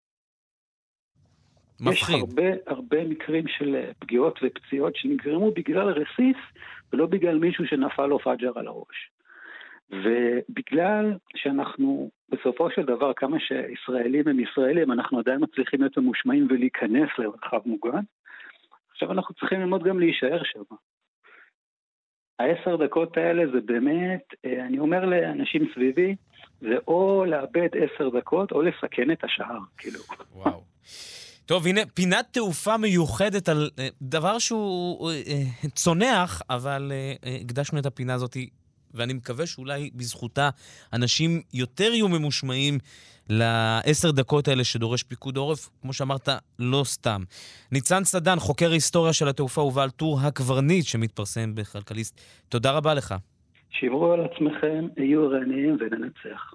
מפחיד. יש הרבה, הרבה מקרים של פגיעות ופציעות שנגרמו בגלל הרסיס, ולא בגלל מישהו שנפל לו פאג'ר על הראש. ובגלל שאנחנו, בסופו של דבר, כמה שישראלים הם ישראלים, אנחנו עדיין מצליחים להיות ממושמעים ולהיכנס למרחב מוגן. עכשיו אנחנו צריכים ללמוד גם להישאר שם. העשר דקות האלה זה באמת, אני אומר לאנשים סביבי, זה או לאבד עשר דקות או לסכן את השער, כאילו. וואו. טוב, הנה, פינת תעופה מיוחדת על דבר שהוא צונח, אבל הקדשנו את הפינה הזאת, ואני מקווה שאולי בזכותה אנשים יותר יהיו ממושמעים לעשר דקות האלה שדורש פיקוד עורף, כמו שאמרת, לא סתם. ניצן סדן, חוקר היסטוריה של התעופה ובעל טור הקברניט שמתפרסם בכלכליסט. תודה רבה לך. שיברו על עצמכם, יהיו ערניים וננצח.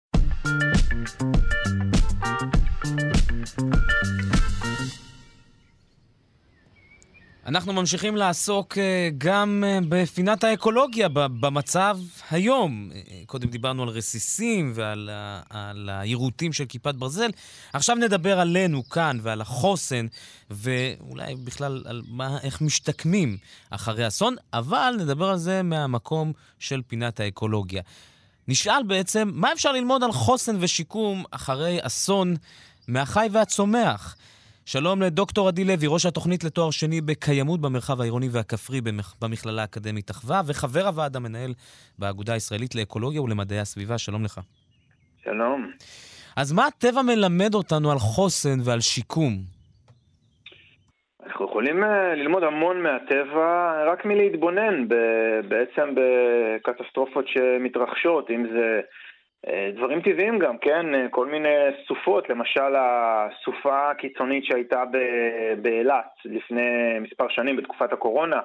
אנחנו ממשיכים לעסוק גם בפינת האקולוגיה, במצב היום. קודם דיברנו על רסיסים ועל על העירותים של כיפת ברזל. עכשיו נדבר עלינו כאן ועל החוסן, ואולי בכלל על מה, איך משתקמים אחרי אסון, אבל נדבר על זה מהמקום של פינת האקולוגיה. נשאל בעצם, מה אפשר ללמוד על חוסן ושיקום אחרי אסון מהחי והצומח? שלום לדוקטור עדי לוי, ראש התוכנית לתואר שני בקיימות במרחב העירוני והכפרי במכללה האקדמית אחווה, וחבר הוועד המנהל באגודה הישראלית לאקולוגיה ולמדעי הסביבה. שלום לך. שלום. אז מה הטבע מלמד אותנו על חוסן ועל שיקום? אנחנו יכולים ללמוד המון מהטבע רק מלהתבונן בעצם בקטסטרופות שמתרחשות, אם זה דברים טבעיים גם, כן? כל מיני סופות, למשל הסופה הקיצונית שהייתה באילת לפני מספר שנים בתקופת הקורונה,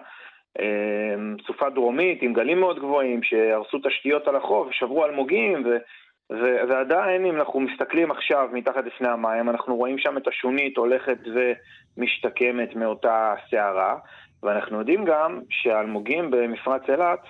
סופה דרומית עם גלים מאוד גבוהים שהרסו תשתיות על החוף, שברו אלמוגים, ו... ו- ועדיין אם אנחנו מסתכלים עכשיו מתחת לפני המים, אנחנו רואים שם את השונית הולכת ומשתקמת מאותה שערה, ואנחנו יודעים גם שהאלמוגים במפרץ אילת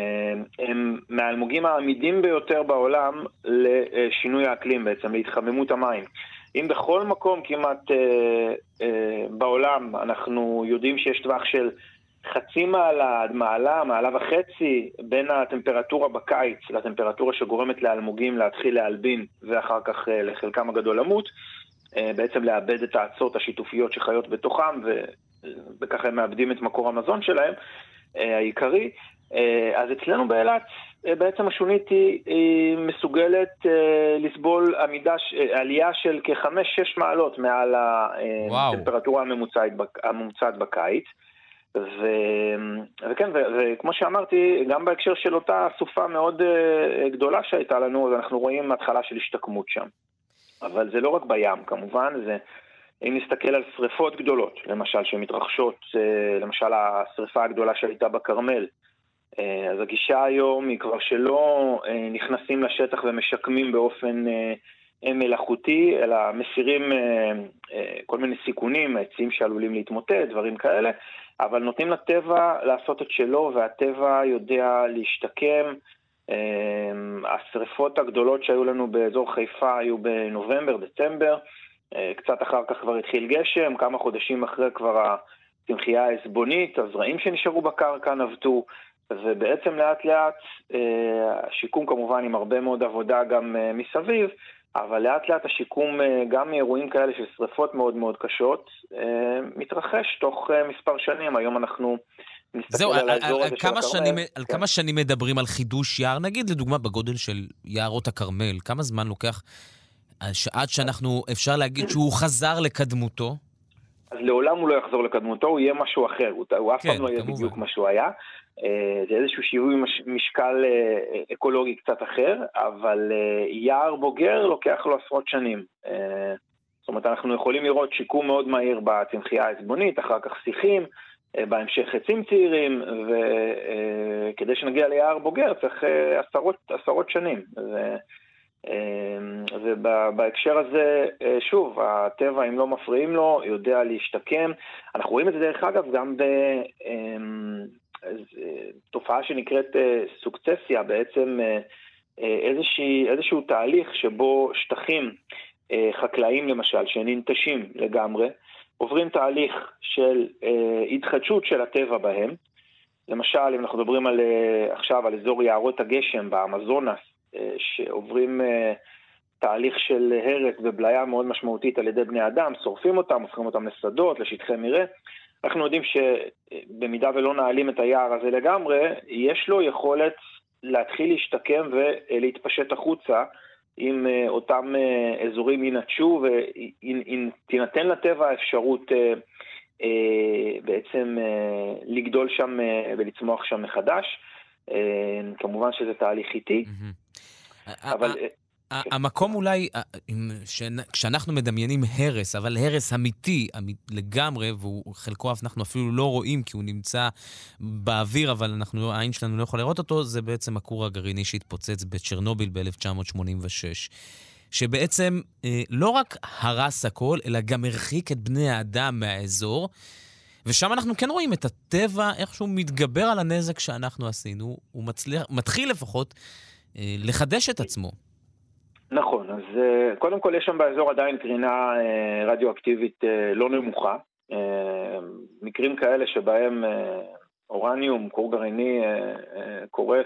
הם מהאלמוגים העמידים ביותר בעולם לשינוי האקלים, בעצם להתחממות המים. אם בכל מקום כמעט אה, אה, בעולם אנחנו יודעים שיש טווח של חצי מעלה עד מעלה, מעלה וחצי בין הטמפרטורה בקיץ לטמפרטורה שגורמת לאלמוגים להתחיל להלבין ואחר כך אה, לחלקם הגדול למות, אה, בעצם לאבד את העצות השיתופיות שחיות בתוכם וככה הם מאבדים את מקור המזון שלהם אה, העיקרי. אז אצלנו באילת בעצם השונית היא, היא מסוגלת לסבול עמידה, עלייה של כחמש שש מעלות מעל הטמפרטורה הממוצעת, הממוצעת בקיץ. ו, וכן, ו, וכמו שאמרתי, גם בהקשר של אותה סופה מאוד גדולה שהייתה לנו, אז אנחנו רואים התחלה של השתקמות שם. אבל זה לא רק בים, כמובן, זה... אם נסתכל על שריפות גדולות, למשל שמתרחשות, למשל השריפה הגדולה שהייתה בכרמל, אז הגישה היום היא כבר שלא נכנסים לשטח ומשקמים באופן מלאכותי, אלא מסירים כל מיני סיכונים, עצים שעלולים להתמוטט, דברים כאלה, אבל נותנים לטבע לעשות את שלו, והטבע יודע להשתקם. השריפות הגדולות שהיו לנו באזור חיפה היו בנובמבר, דצמבר, קצת אחר כך כבר התחיל גשם, כמה חודשים אחרי כבר הצמחייה העסבונית, הזרעים שנשארו בקרקע נבטו, ובעצם לאט לאט השיקום כמובן עם הרבה מאוד עבודה גם מסביב, אבל לאט לאט השיקום גם מאירועים כאלה של שריפות מאוד מאוד קשות מתרחש תוך מספר שנים. היום אנחנו נסתכל זהו, על האזור הזה של כמה הכרמל. שנים, על כמה שנים מדברים על חידוש יער, נגיד לדוגמה בגודל של יערות הכרמל, כמה זמן לוקח עד שאנחנו אפשר להגיד שהוא חזר לקדמותו? אז לעולם הוא לא יחזור לקדמותו, הוא יהיה משהו אחר, הוא, הוא אף פעם לא יהיה בדיוק מה שהוא היה. זה איזשהו שיווי משקל אקולוגי קצת אחר, אבל יער בוגר לוקח לו עשרות שנים. זאת אומרת, אנחנו יכולים לראות שיקום מאוד מהיר בצמחייה העצבונית, אחר כך שיחים, בהמשך עצים צעירים, וכדי שנגיע ליער בוגר צריך עשרות, עשרות שנים. ו... ובהקשר הזה, שוב, הטבע, אם לא מפריעים לו, יודע להשתקם. אנחנו רואים את זה דרך אגב גם בתופעה שנקראת סוקצסיה, בעצם איזושהי, איזשהו תהליך שבו שטחים חקלאיים למשל, שננטשים לגמרי, עוברים תהליך של התחדשות של הטבע בהם. למשל, אם אנחנו מדברים על, עכשיו על אזור יערות הגשם באמזונס, שעוברים תהליך של הרס ובליה מאוד משמעותית על ידי בני אדם, שורפים אותם, הופכים אותם לשדות, לשטחי מרעה. אנחנו יודעים שבמידה ולא נעלים את היער הזה לגמרי, יש לו יכולת להתחיל להשתקם ולהתפשט החוצה, אם אותם אזורים ינטשו ותינתן לטבע האפשרות בעצם לגדול שם ולצמוח שם מחדש. כמובן שזה תהליך איטי. אבל... המקום אולי, כשאנחנו מדמיינים הרס, אבל הרס אמיתי, לגמרי, והוא חלקו אנחנו אפילו לא רואים, כי הוא נמצא באוויר, אבל אנחנו, העין שלנו לא יכול לראות אותו, זה בעצם הכור הגרעיני שהתפוצץ בצ'רנוביל ב-אלף תשע מאות שמונים ושש, שבעצם לא רק הרס הכל, אלא גם הרחיק את בני האדם מהאזור, ושם אנחנו כן רואים את הטבע, איכשהו מתגבר על הנזק שאנחנו עשינו, הוא מצליח, מתחיל לפחות לחדש את עצמו. נכון, אז קודם כל יש שם באזור עדיין קרינה רדיואקטיבית לא נמוכה. מקרים כאלה שבהם אורניום, כור גרעיני, קורס,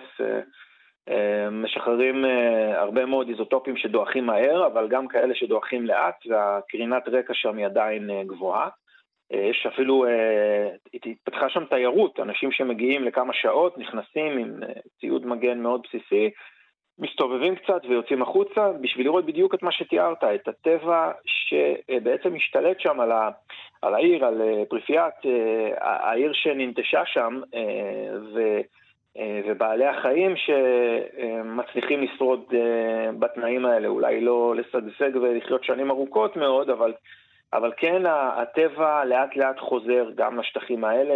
משחררים הרבה מאוד איזוטופים שדועכים מהר, אבל גם כאלה שדועכים לאט, והקרינת רקע שם היא עדיין גבוהה. יש אפילו, התפתחה שם תיירות, אנשים שמגיעים לכמה שעות, נכנסים עם ציוד מגן מאוד בסיסי, מסתובבים קצת ויוצאים החוצה, בשביל לראות בדיוק את מה שתיארת, את הטבע שבעצם משתלט שם על, ה, על העיר, על פריפיאט, העיר שננטשה שם, ו, ובעלי החיים שמצליחים לשרוד בתנאים האלה, אולי לא לסגסג ולחיות שנים ארוכות מאוד, אבל אבל כן, הטבע לאט לאט חוזר גם לשטחים האלה,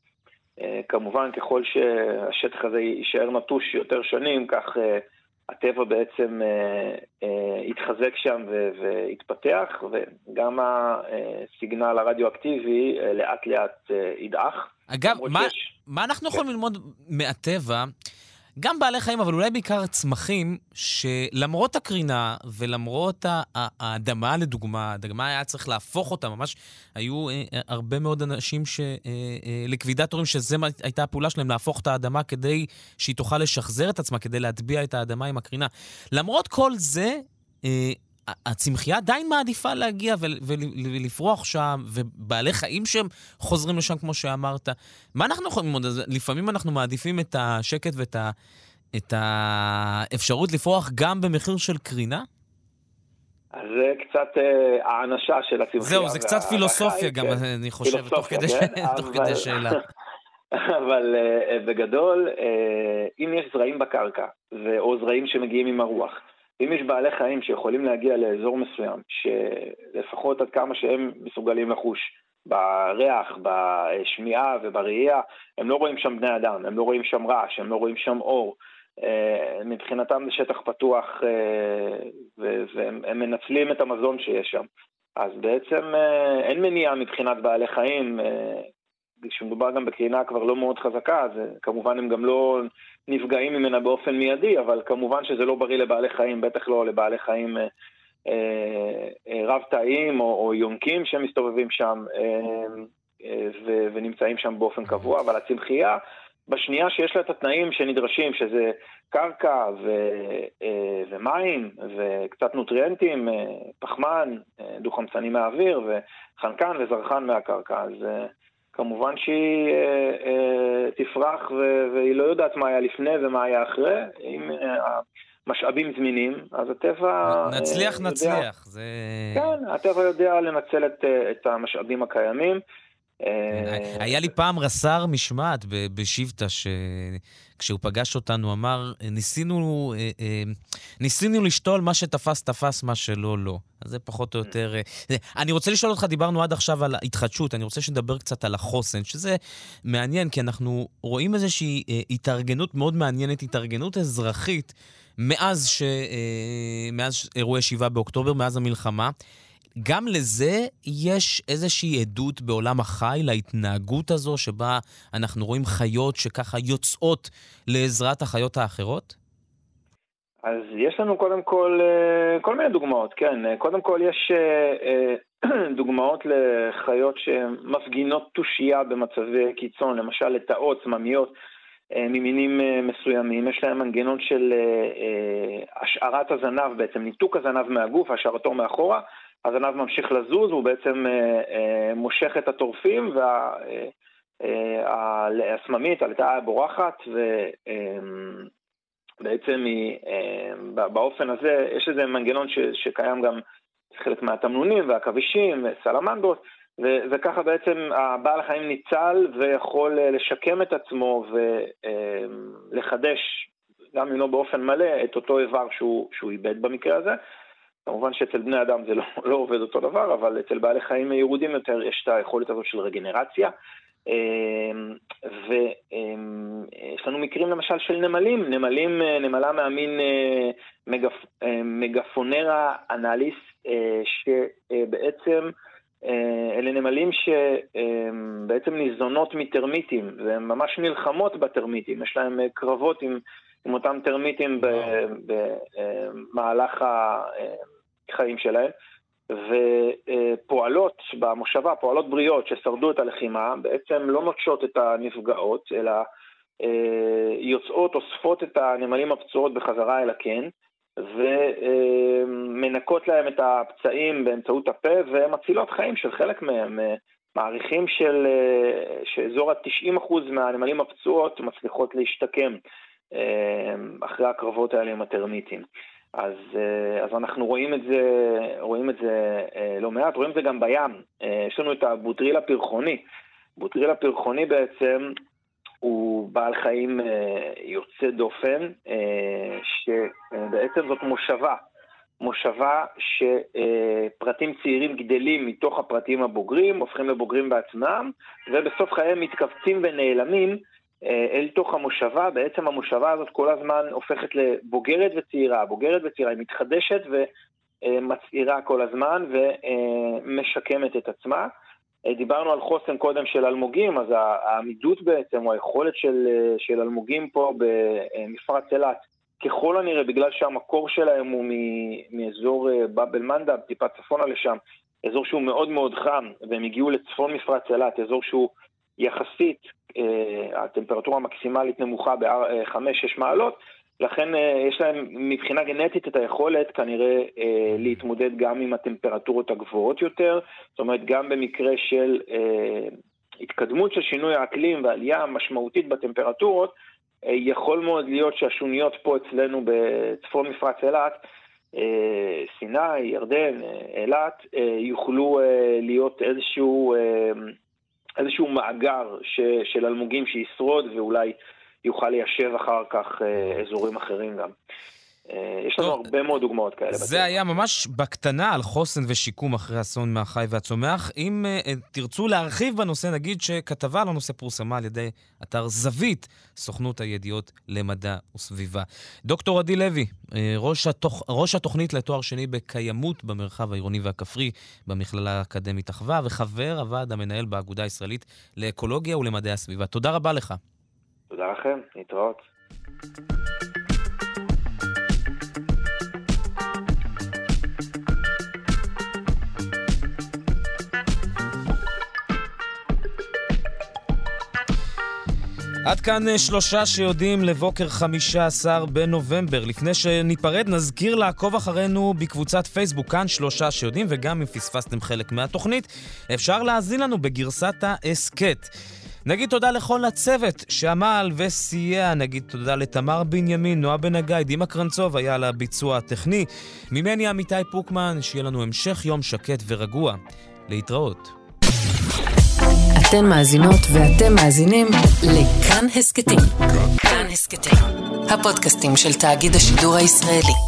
וכמובן ככל שהשטח הזה יישאר נטוש יותר שנים, כך הטבע בעצם יתחזק שם ויתפתח, וגם הסיגנל הרדיואקטיבי לאט לאט ידעך. אגב, מה, מה אנחנו יכולים ללמוד מהטבע? גם בעלי חיים, אבל אולי בעיקר צמחים, שלמרות הקרינה ולמרות האדמה, לדוגמה, האדמה היה צריך להפוך אותה, ממש היו אה, הרבה מאוד אנשים שלקווידטורים, שזה הייתה הפעולה שלהם, להפוך את האדמה כדי שהיא תוכל לשחזר את עצמה, כדי להטביע את האדמה עם הקרינה. למרות כל זה, אה, הצמחייה עדיין מעדיפה להגיע ולפרוח שם, ובעלי חיים שהם חוזרים לשם, כמו שאמרת. מה אנחנו יכולים ללמוד? לפעמים אנחנו מעדיפים את השקט ואת ה... את האפשרות לפרוח גם במחיר של קרינה? אז זה קצת האנשה של הצמחייה. זהו, זה קצת פילוסופיה גם, אני חושב, תוך כדי שאלה. אבל בגדול, אם יש זרעים בקרקע, או זרעים שמגיעים עם הרוח, אם יש בעלי חיים שיכולים להגיע לאזור מסוים, שלפחות עד כמה שהם מסוגלים לחוש בריח, בשמיעה ובראייה, הם לא רואים שם בני אדם, הם לא רואים שם רעש, הם לא רואים שם אור. מבחינתם זה שטח פתוח, והם מנצלים את המזון שיש שם. אז בעצם אין מניעה מבחינת בעלי חיים, כשמדובר גם בקרינה כבר לא מאוד חזקה, אז כמובן הם גם לא נפגעים ממנה באופן מיידי, אבל כמובן שזה לא בריא לבעלי חיים, בטח לא לבעלי חיים רב תאים או, או יונקים שמסתובבים שם ו, ונמצאים שם באופן קבוע, אבל הצמחייה בשנייה שיש לה את התנאים שנדרשים, שזה קרקע ו, ומים וקצת נוטריאנטים, פחמן, דו-חמצני מהאוויר וחנקן וזרחן מהקרקע, אז כמובן שהיא אה, אה, תפרח ו- והיא לא יודעת מה היה לפני ומה היה אחרי, עם אה, משאבים זמינים, אז הטבע... נצליח, אה, נצליח. יודע, זה... כן, הטבע יודע לנצל את, את המשאבים הקיימים, היה לי פעם רס"ר משמעת בשבטה, כשהוא פגש אותנו, אמר, ניסינו, ניסינו לשתול מה שתפס, תפס, מה שלא, לא. אז זה פחות או יותר... אני רוצה לשאול אותך, דיברנו עד עכשיו על ההתחדשות, אני רוצה שנדבר קצת על החוסן, שזה מעניין, כי אנחנו רואים איזושהי התארגנות מאוד מעניינת, התארגנות אזרחית, מאז, ש... מאז אירועי שבעה באוקטובר, מאז המלחמה. גם לזה יש איזושהי עדות בעולם החי להתנהגות הזו, שבה אנחנו רואים חיות שככה יוצאות לעזרת החיות האחרות? אז יש לנו קודם כל כל מיני דוגמאות, כן. קודם כל יש דוגמאות לחיות שמפגינות תושייה במצבי קיצון, למשל לטאות, צממיות, ממינים מסוימים. יש להם מנגנון של השארת הזנב, בעצם ניתוק הזנב מהגוף, השארתו מאחורה, הזנב ממשיך לזוז, הוא בעצם מושך את הטורפים, והסממית, הלטאה בורחת, ובעצם היא, באופן הזה, יש איזה מנגנון שקיים גם חלק מהתמנונים והכבישים וסלמנדרות, וככה בעצם הבעל החיים ניצל ויכול לשקם את עצמו ולחדש, גם אם לא באופן מלא, את אותו איבר שהוא, שהוא איבד במקרה הזה. כמובן שאצל בני אדם זה לא, לא עובד אותו דבר, אבל אצל בעלי חיים יהודים יותר יש את היכולת הזאת של רגנרציה. ויש לנו מקרים למשל של נמלים, נמלים, נמלה מהמין מגפ, מגפונרה אנליס, שבעצם אלה נמלים שבעצם ניזונות מטרמיטים, והן ממש נלחמות בטרמיטים, יש להם קרבות עם, עם אותם טרמיטים במהלך החיים שלהם, ופועלות במושבה, פועלות בריאות ששרדו את הלחימה, בעצם לא נוטשות את הנפגעות, אלא יוצאות, אוספות את הנמלים הפצועות בחזרה אל הקן, ומנקות להם את הפצעים באמצעות הפה, ומצילות חיים של חלק מהם. מעריכים של שאזור ה-תשעים אחוז מהנמלים הפצועות מצליחות להשתקם אחרי הקרבות האלה עם הטרמיטים. אז, אז אנחנו רואים את זה, רואים את זה לא מעט, רואים את זה גם בים. יש לנו את הבוטריל הפרחוני. בוטריל הפרחוני בעצם הוא בעל חיים יוצא דופן, שבעצם זאת מושבה. מושבה שפרטים צעירים גדלים מתוך הפרטים הבוגרים, הופכים לבוגרים בעצמם, ובסוף חייהם מתכווצים ונעלמים אל תוך המושבה. בעצם המושבה הזאת כל הזמן הופכת לבוגרת וצעירה. בוגרת וצעירה היא מתחדשת ומצעירה כל הזמן ומשקמת את עצמה. דיברנו על חוסן קודם של אלמוגים, אז העמידות בעצם, או היכולת של, של אלמוגים פה במפרץ אילת, ככל הנראה, בגלל שהמקור שלהם הוא מאזור באבל מנדב, טיפה צפונה לשם, אזור שהוא מאוד מאוד חם, והם הגיעו לצפון מפרץ אילת, אזור שהוא יחסית, הטמפרטורה המקסימלית נמוכה ב-חמש שש מעלות, לכן יש להם מבחינה גנטית את היכולת כנראה להתמודד גם עם הטמפרטורות הגבוהות יותר, זאת אומרת גם במקרה של התקדמות של שינוי האקלים ועלייה משמעותית בטמפרטורות, יכול מאוד להיות שהשוניות פה אצלנו בצפון מפרץ אילת, סיני, ירדן, אילת, יוכלו להיות איזשהו, איזשהו מאגר של אלמוגים שישרוד ואולי יוכל ליישב אחר כך אזורים אחרים גם. יש לנו הרבה מאוד דוגמאות כאלה. זה היה ממש בקטנה על חוסן ושיקום אחרי אסון מהחי והצומח. אם תרצו להרחיב בנושא, נגיד שכתבה על הנושא פורסמה על ידי אתר זווית, סוכנות הידיעות למדע וסביבה. דוקטור עדי לוי, ראש, התוכ... ראש התוכנית לתואר שני בקיימות במרחב העירוני והכפרי במכללה האקדמית אחווה, וחבר הוועד המנהל באגודה הישראלית לאקולוגיה ולמדעי הסביבה. תודה רבה לך. תודה לכם, להתראות. עד כאן שלושה שיודעים לבוקר חמישה עשר בנובמבר. לפני שניפרד נזכיר לעקוב אחרינו בקבוצת פייסבוק, כאן שלושה שיודעים, וגם אם פספסתם חלק מהתוכנית אפשר להאזין לנו בגרסת ההסקט. נגיד תודה לכל הצוות שעמל וסייע, נגיד תודה לתמר בנימין, נועה בן הגיא, דימה קרנצוב היה על הביצוע הטכני, ממני עמיתי פוקמן, שיהיה לנו המשך יום שקט ורגוע. להתראות. אתן מאזינות ואתם מאזינים לכאן הסקטים. כאן הסקטים, הפודקאסטים של תאגיד השידור הישראלי.